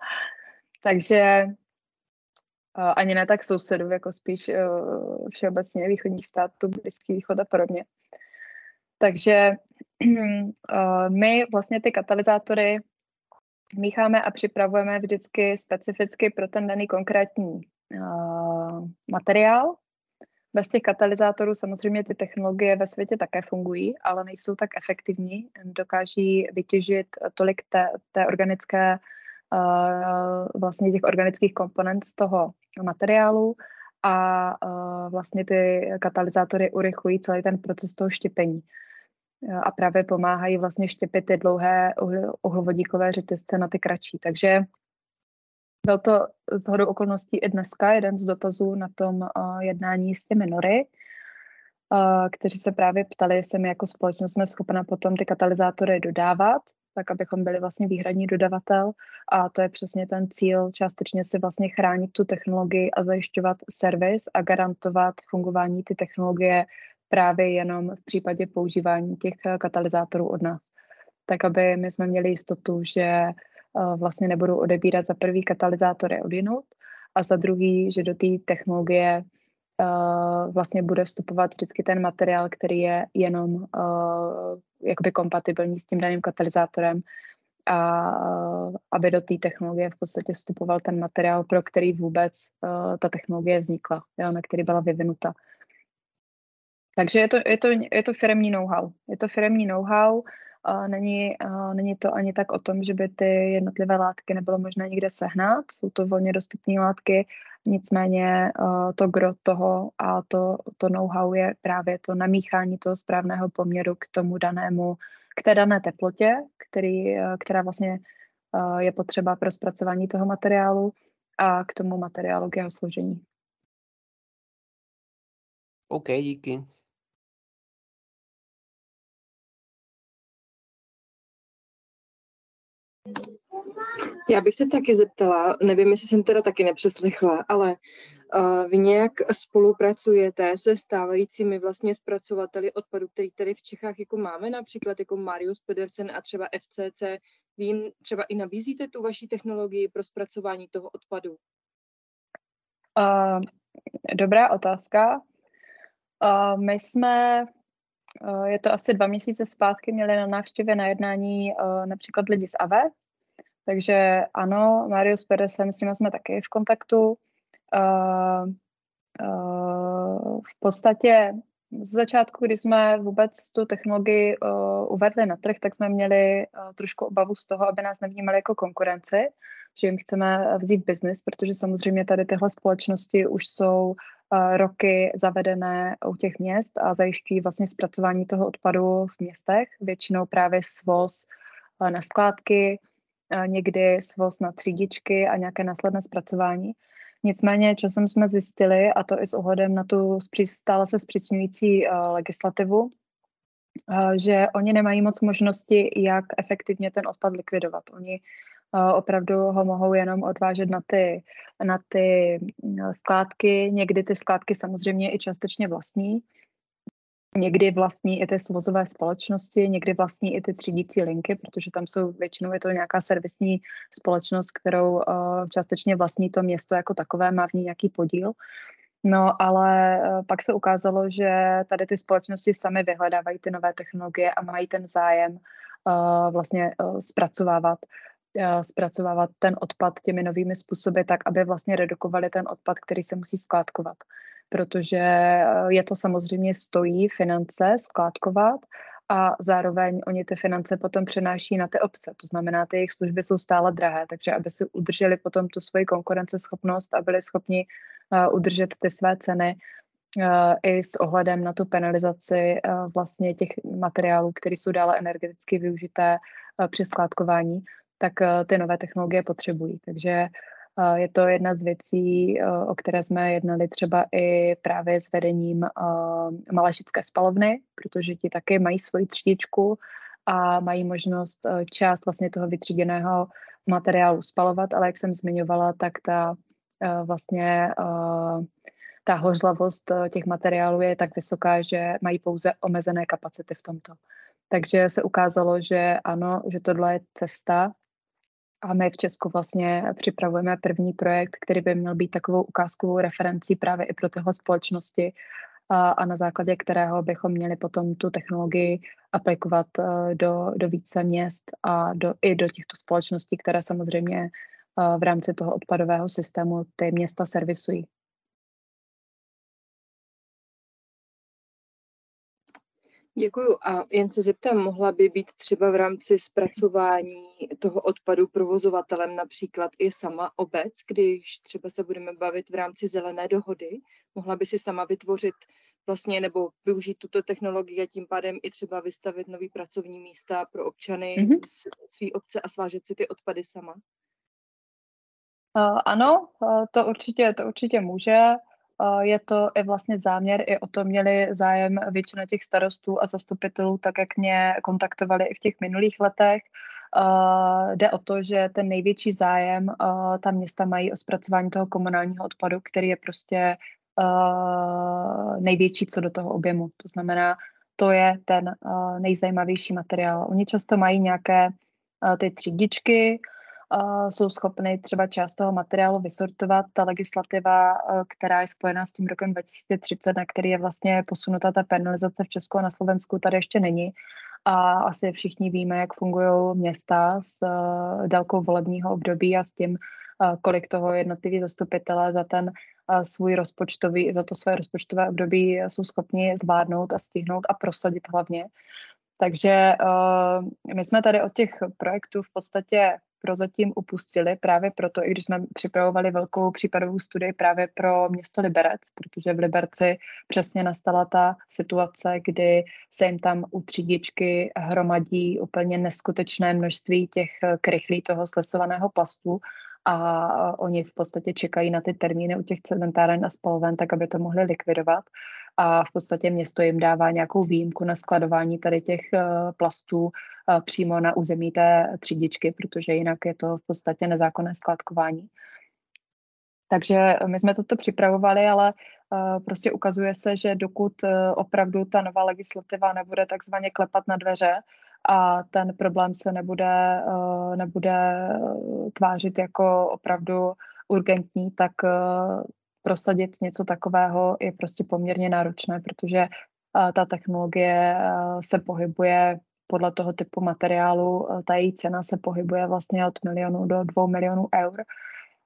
Takže uh, ani ne tak sousedů, jako spíš uh, všeobecně východních států, Blízký východ a podobně. Takže uh, my vlastně ty katalyzátory mícháme a připravujeme vždycky specificky pro ten daný konkrétní uh, materiál. Bez těch katalyzátorů samozřejmě ty technologie ve světě také fungují, ale nejsou tak efektivní. Dokáží vytěžit tolik té, té organické, uh, vlastně těch organických komponent z toho materiálu a uh, vlastně ty katalyzátory urychlují celý ten proces toho štěpení. A právě pomáhají vlastně štěpit ty dlouhé uhlovodíkové řetězce na ty kratší. Takže byl to shodou okolností i dneska jeden z dotazů na tom uh, jednání s těmi nory, uh, kteří se právě ptali, jestli my jako společnost jsme schopna potom ty katalyzátory dodávat, tak abychom byli vlastně výhradní dodavatel. A to je přesně ten cíl, částečně si vlastně chránit tu technologii a zajišťovat servis a garantovat fungování ty technologie právě jenom v případě používání těch katalyzátorů od nás. Tak, aby my jsme měli jistotu, že uh, vlastně nebudou odebírat za prvý katalyzátory odjinud a za druhý, že do té technologie uh, vlastně bude vstupovat vždycky ten materiál, který je jenom uh, jakoby kompatibilní s tím daným katalyzátorem a uh, aby do té technologie v podstatě vstupoval ten materiál, pro který vůbec uh, ta technologie vznikla, jo, na který byla vyvinuta. Takže je to, je to, je to firemní know-how. Je to firemní know-how, a není, a není to ani tak o tom, že by ty jednotlivé látky nebylo možné nikde sehnat. Jsou to volně dostupné látky, nicméně uh, to gro toho a to, to know-how je právě to namíchání toho správného poměru k tomu danému, k té dané teplotě, který, která vlastně uh, je potřeba pro zpracování toho materiálu a k tomu materiálu, k jeho složení. OK, díky. Já bych se taky zeptala, nevím, jestli jsem teda taky nepřeslechla, ale uh, vy nějak spolupracujete se stávajícími vlastně zpracovateli odpadu, který tady v Čechách jako máme, například jako Marius Pedersen a třeba F C C. Vy jim třeba i nabízíte tu vaší technologii pro zpracování toho odpadu? Uh, dobrá otázka. Uh, my jsme, uh, je to asi dva měsíce zpátky, měli na návštěvě na jednání uh, například lidi z A V E, takže ano, Marius Pedersen, s nimi jsme taky v kontaktu. Uh, uh, v podstatě z začátku, když jsme vůbec tu technologii uh, uvedli na trh, tak jsme měli uh, trošku obavu z toho, aby nás nevnímali jako konkurenci, že jim chceme vzít biznis, protože samozřejmě tady tyhle společnosti už jsou uh, roky zavedené u těch měst a zajišťují vlastně zpracování toho odpadu v městech, většinou právě svoz uh, na skládky, uh, někdy svoz na třídičky a nějaké následné zpracování. Nicméně časem jsme zjistili, a to i s ohledem na tu stále se zpřísňující uh, legislativu, uh, že oni nemají moc možnosti, jak efektivně ten odpad likvidovat. Oni uh, opravdu ho mohou jenom odvážet na ty, na ty uh, skládky. Někdy ty skládky samozřejmě i částečně vlastní. Někdy vlastní i ty svozové společnosti, někdy vlastní i ty třídící linky, protože tam jsou většinou je to nějaká servisní společnost, kterou uh, částečně vlastní to město jako takové, má v ní nějaký podíl. No ale uh, pak se ukázalo, že tady ty společnosti sami vyhledávají ty nové technologie a mají ten zájem uh, vlastně uh, zpracovávat, uh, zpracovávat ten odpad těmi novými způsoby tak, aby vlastně redukovali ten odpad, který se musí skládkovat. Protože je to samozřejmě stojí finance skládkovat a zároveň oni ty finance potom přenáší na ty obce. To znamená, ty jejich služby jsou stále drahé, takže aby si udrželi potom tu svoji konkurenceschopnost a byli schopni uh, udržet ty své ceny uh, i s ohledem na tu penalizaci uh, vlastně těch materiálů, které jsou dále energeticky využité uh, při skládkování, tak uh, ty nové technologie potřebují. Takže je to jedna z věcí, o které jsme jednali třeba i právě s vedením Malešické spalovny, protože ti taky mají svoji třídičku a mají možnost část vlastně toho vytříděného materiálu spalovat, ale jak jsem zmiňovala, tak ta vlastně ta hořlavost těch materiálů je tak vysoká, že mají pouze omezené kapacity v tomto. Takže se ukázalo, že ano, že tohle je cesta, a my v Česku vlastně připravujeme první projekt, který by měl být takovou ukázkovou referencí právě i pro tyhle společnosti a, a na základě kterého bychom měli potom tu technologii aplikovat do, do více měst a do, i do těchto společností, které samozřejmě v rámci toho odpadového systému ty města servisují. Děkuju. A jen se zeptám, mohla by být třeba v rámci zpracování toho odpadu provozovatelem například i sama obec, když třeba se budeme bavit v rámci zelené dohody? Mohla by si sama vytvořit vlastně nebo využít tuto technologii a tím pádem i třeba vystavit nový pracovní místa pro občany mm-hmm. své obce a svážet si ty odpady sama? Uh, ano, uh, to určitě, to určitě může. Je to i vlastně záměr, i o to měli zájem většina těch starostů a zastupitelů, tak jak mě kontaktovali i v těch minulých letech. Uh, jde o to, že ten největší zájem uh, ta města mají o zpracování toho komunálního odpadu, který je prostě uh, největší co do toho objemu. To znamená, to je ten uh, nejzajímavější materiál. Oni často mají nějaké uh, ty třídičky, Uh, jsou schopny třeba část toho materiálu vysortovat. Ta legislativa, uh, která je spojená s tím rokem dva tisíce třicet, na který je vlastně posunuta ta penalizace v Česku a na Slovensku, tady ještě není. A asi všichni víme, jak fungují města s uh, délkou volebního období a s tím, uh, kolik toho jednotliví zastupitelé za ten uh, svůj rozpočtový, za to své rozpočtové období jsou schopni zvládnout a stihnout a prosadit hlavně. Takže uh, my jsme tady od těch projektů v podstatě prozatím upustili právě proto, i když jsme připravovali velkou případovou studii právě pro město Liberec, protože v Liberci přesně nastala ta situace, kdy se jim tam u třídičky hromadí úplně neskutečné množství těch krychlí toho slesovaného plastu a oni v podstatě čekají na ty termíny u těch cementáren a spaloven, tak aby to mohli likvidovat. A v podstatě město jim dává nějakou výjimku na skladování tady těch plastů přímo na území té třídičky, protože jinak je to v podstatě nezákonné skládkování. Takže my jsme toto připravovali, ale prostě ukazuje se, že dokud opravdu ta nová legislativa nebude takzvaně klepat na dveře a ten problém se nebude, nebude tvářit jako opravdu urgentní, tak prosadit něco takového je prostě poměrně náročné, protože ta technologie se pohybuje podle toho typu materiálu, ta její cena se pohybuje vlastně od milionu do dvou milionů eur.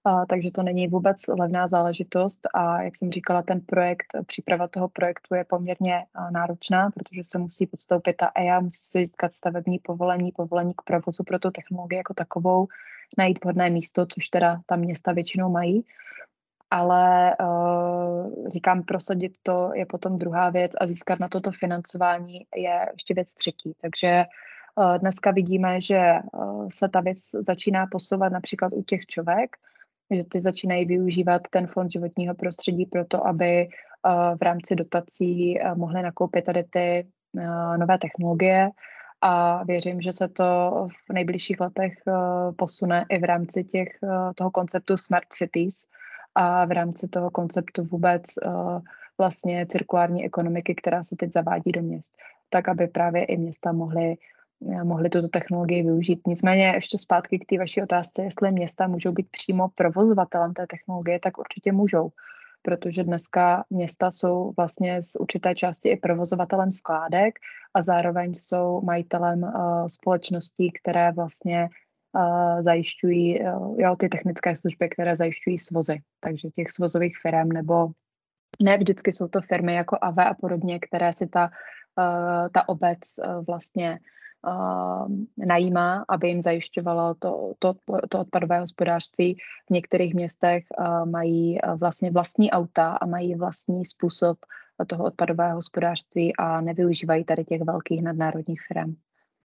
a, takže to není vůbec levná záležitost a jak jsem říkala, ten projekt, příprava toho projektu je poměrně a, náročná, protože se musí podstoupit ta E I A, musí se získat stavební povolení, povolení k provozu pro tu technologii jako takovou, najít vhodné místo, což teda ta města většinou mají. Ale uh, říkám, prosadit to je potom druhá věc a získat na toto financování je ještě věc třetí. Takže uh, dneska vidíme, že uh, se ta věc začíná posouvat například u těch čovek, že ty začínají využívat ten fond životního prostředí pro to, aby uh, v rámci dotací uh, mohly nakoupit tady ty uh, nové technologie a věřím, že se to v nejbližších letech uh, posune i v rámci těch, uh, toho konceptu Smart Cities, a v rámci toho konceptu vůbec uh, vlastně cirkulární ekonomiky, která se teď zavádí do měst, tak aby právě i města mohly, mohly tuto technologii využít. Nicméně ještě zpátky k té vaší otázce, jestli města můžou být přímo provozovatelem té technologie, tak určitě můžou, protože dneska města jsou vlastně z určité části i provozovatelem skládek a zároveň jsou majitelem uh, společností, které vlastně Uh, zajišťují uh, jo, ty technické služby, které zajišťují svozy. Takže těch svozových firm, nebo ne vždycky jsou to firmy jako A V a podobně, které si ta, uh, ta obec uh, vlastně uh, najímá, aby jim zajišťovalo to, to, to odpadové hospodářství. V některých městech uh, mají uh, vlastně vlastní auta a mají vlastní způsob toho odpadového hospodářství a nevyužívají tady těch velkých nadnárodních firm.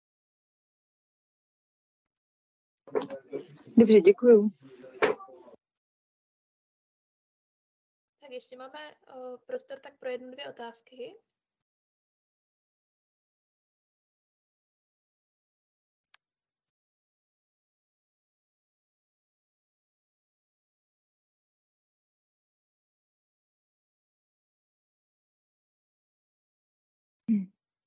Dobře, děkuju. Tak ještě máme uh, prostor tak pro jednu, dvě otázky. Hmm.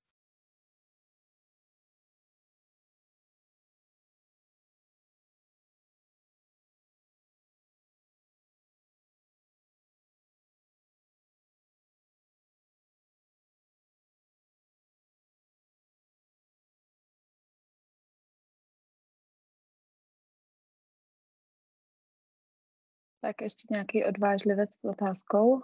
Tak ještě nějaký odvážlivec s otázkou.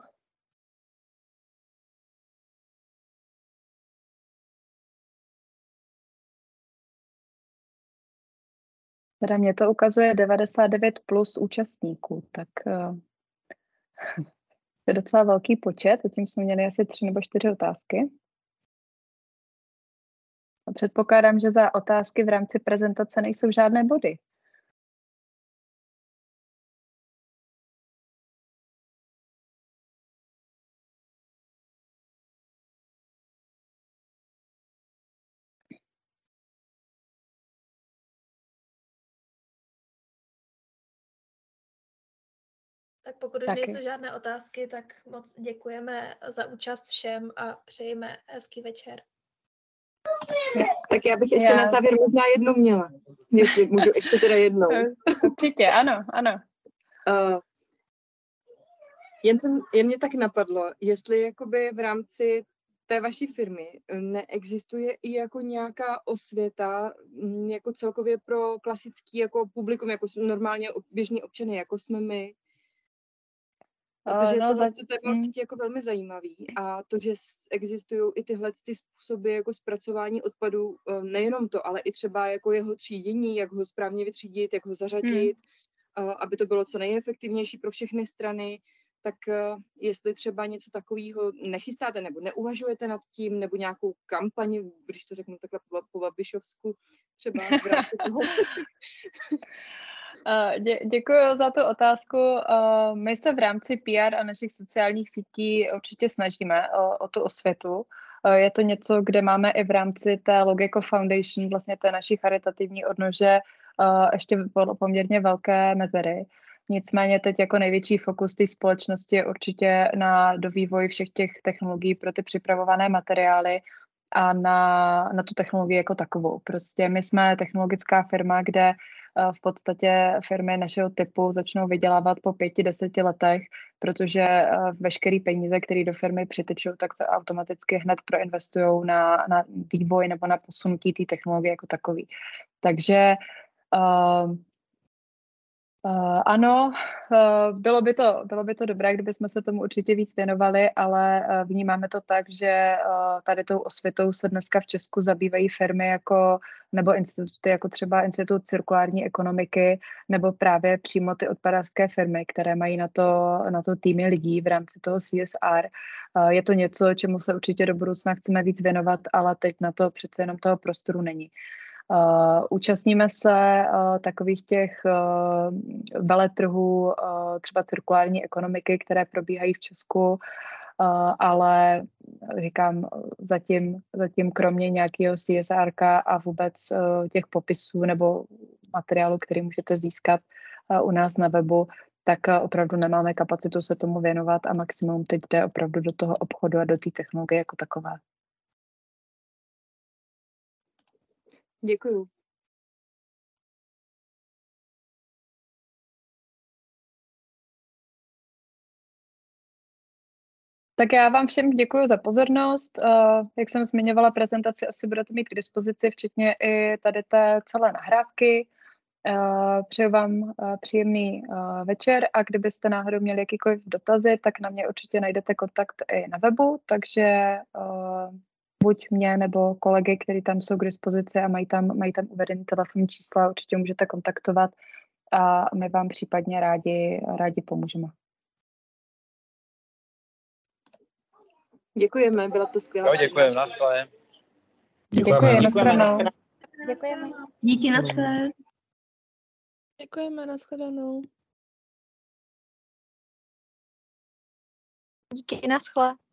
Teda mě to ukazuje devadesát devět plus účastníků, tak uh, je docela velký počet, zatím jsme měli asi tři nebo čtyři otázky. A předpokládám, že za otázky v rámci prezentace nejsou žádné body. Tak pokud už Taky. nejsou žádné otázky, tak moc děkujeme za účast všem a přejeme hezký večer. Tak já bych ještě Já... na závěr možná jednu měla, jestli můžu ještě teda jednou. Určitě, ano, ano. Uh, jen, jsem, jen mě tak napadlo, jestli jakoby v rámci té vaší firmy neexistuje i jako nějaká osvěta jako celkově pro klasický jako publikum, jako normálně běžní občany, jako jsme my. Protože Uh, no, tohle za... téma mm. určitě jako velmi zajímavý a to, že existují i tyhle ty způsoby jako zpracování odpadu, nejenom to, ale i třeba jako jeho třídění, jak ho správně vytřídit, jak ho zařadit, mm. aby to bylo co nejefektivnější pro všechny strany, tak jestli třeba něco takového nechystáte nebo neuvažujete nad tím, nebo nějakou kampaň, když to řeknu takhle po, po babišovsku, třeba v rámci toho. Dě, děkuji za tu otázku. My se v rámci P R a našich sociálních sítí určitě snažíme o, o tu osvětu. Je to něco, kde máme i v rámci té Logeko Foundation, vlastně té naší charitativní odnože, ještě poměrně velké mezery. Nicméně teď jako největší fokus té společnosti je určitě na dovývoj všech těch technologií pro ty připravované materiály a na, na tu technologii jako takovou. Prostě my jsme technologická firma, kde v podstatě firmy našeho typu začnou vydělávat po pěti, deseti letech, protože veškerý peníze, které do firmy přitečou, tak se automaticky hned proinvestujou na, na vývoj nebo na posunutí té technologie jako takový. Takže uh, Uh, ano, uh, bylo by to, bylo by to dobré, kdyby jsme se tomu určitě víc věnovali, ale uh, vnímáme to tak, že uh, tady tou osvětou se dneska v Česku zabývají firmy jako, nebo instituty, jako třeba Institut cirkulární ekonomiky, nebo právě přímo ty odpadářské firmy, které mají na to, na to týmy lidí v rámci toho C S R. Uh, je to něco, čemu se určitě do budoucna chceme víc věnovat, ale teď na to přece jenom toho prostoru není. Uh, účastníme se uh, takových těch uh, veletrhů, uh, třeba cirkulární ekonomiky, které probíhají v Česku, uh, ale říkám, zatím, zatím kromě nějakého C S R ka a vůbec uh, těch popisů nebo materiálu, který můžete získat uh, u nás na webu, tak uh, opravdu nemáme kapacitu se tomu věnovat a maximum teď jde opravdu do toho obchodu a do té technologie jako takové. Děkuju. Tak já vám všem děkuji za pozornost. Uh, jak jsem zmiňovala, prezentaci asi budete mít k dispozici, včetně i tady té celé nahrávky. Uh, přeju vám uh, příjemný uh, večer a kdybyste náhodou měli jakýkoliv dotazy, tak na mě určitě najdete kontakt i na webu, takže uh, buď mě nebo kolegy, kteří tam jsou k dispozici a mají tam, mají tam uvedený telefonní čísla, určitě můžete kontaktovat a my vám případně rádi, rádi pomůžeme. Děkujeme, byla to skvělá. Jo, děkujeme, naschle. Děkuji, nashledanou. Děkujeme. Díky, naschle. Děkujeme, nashledanou. Díky, naschle.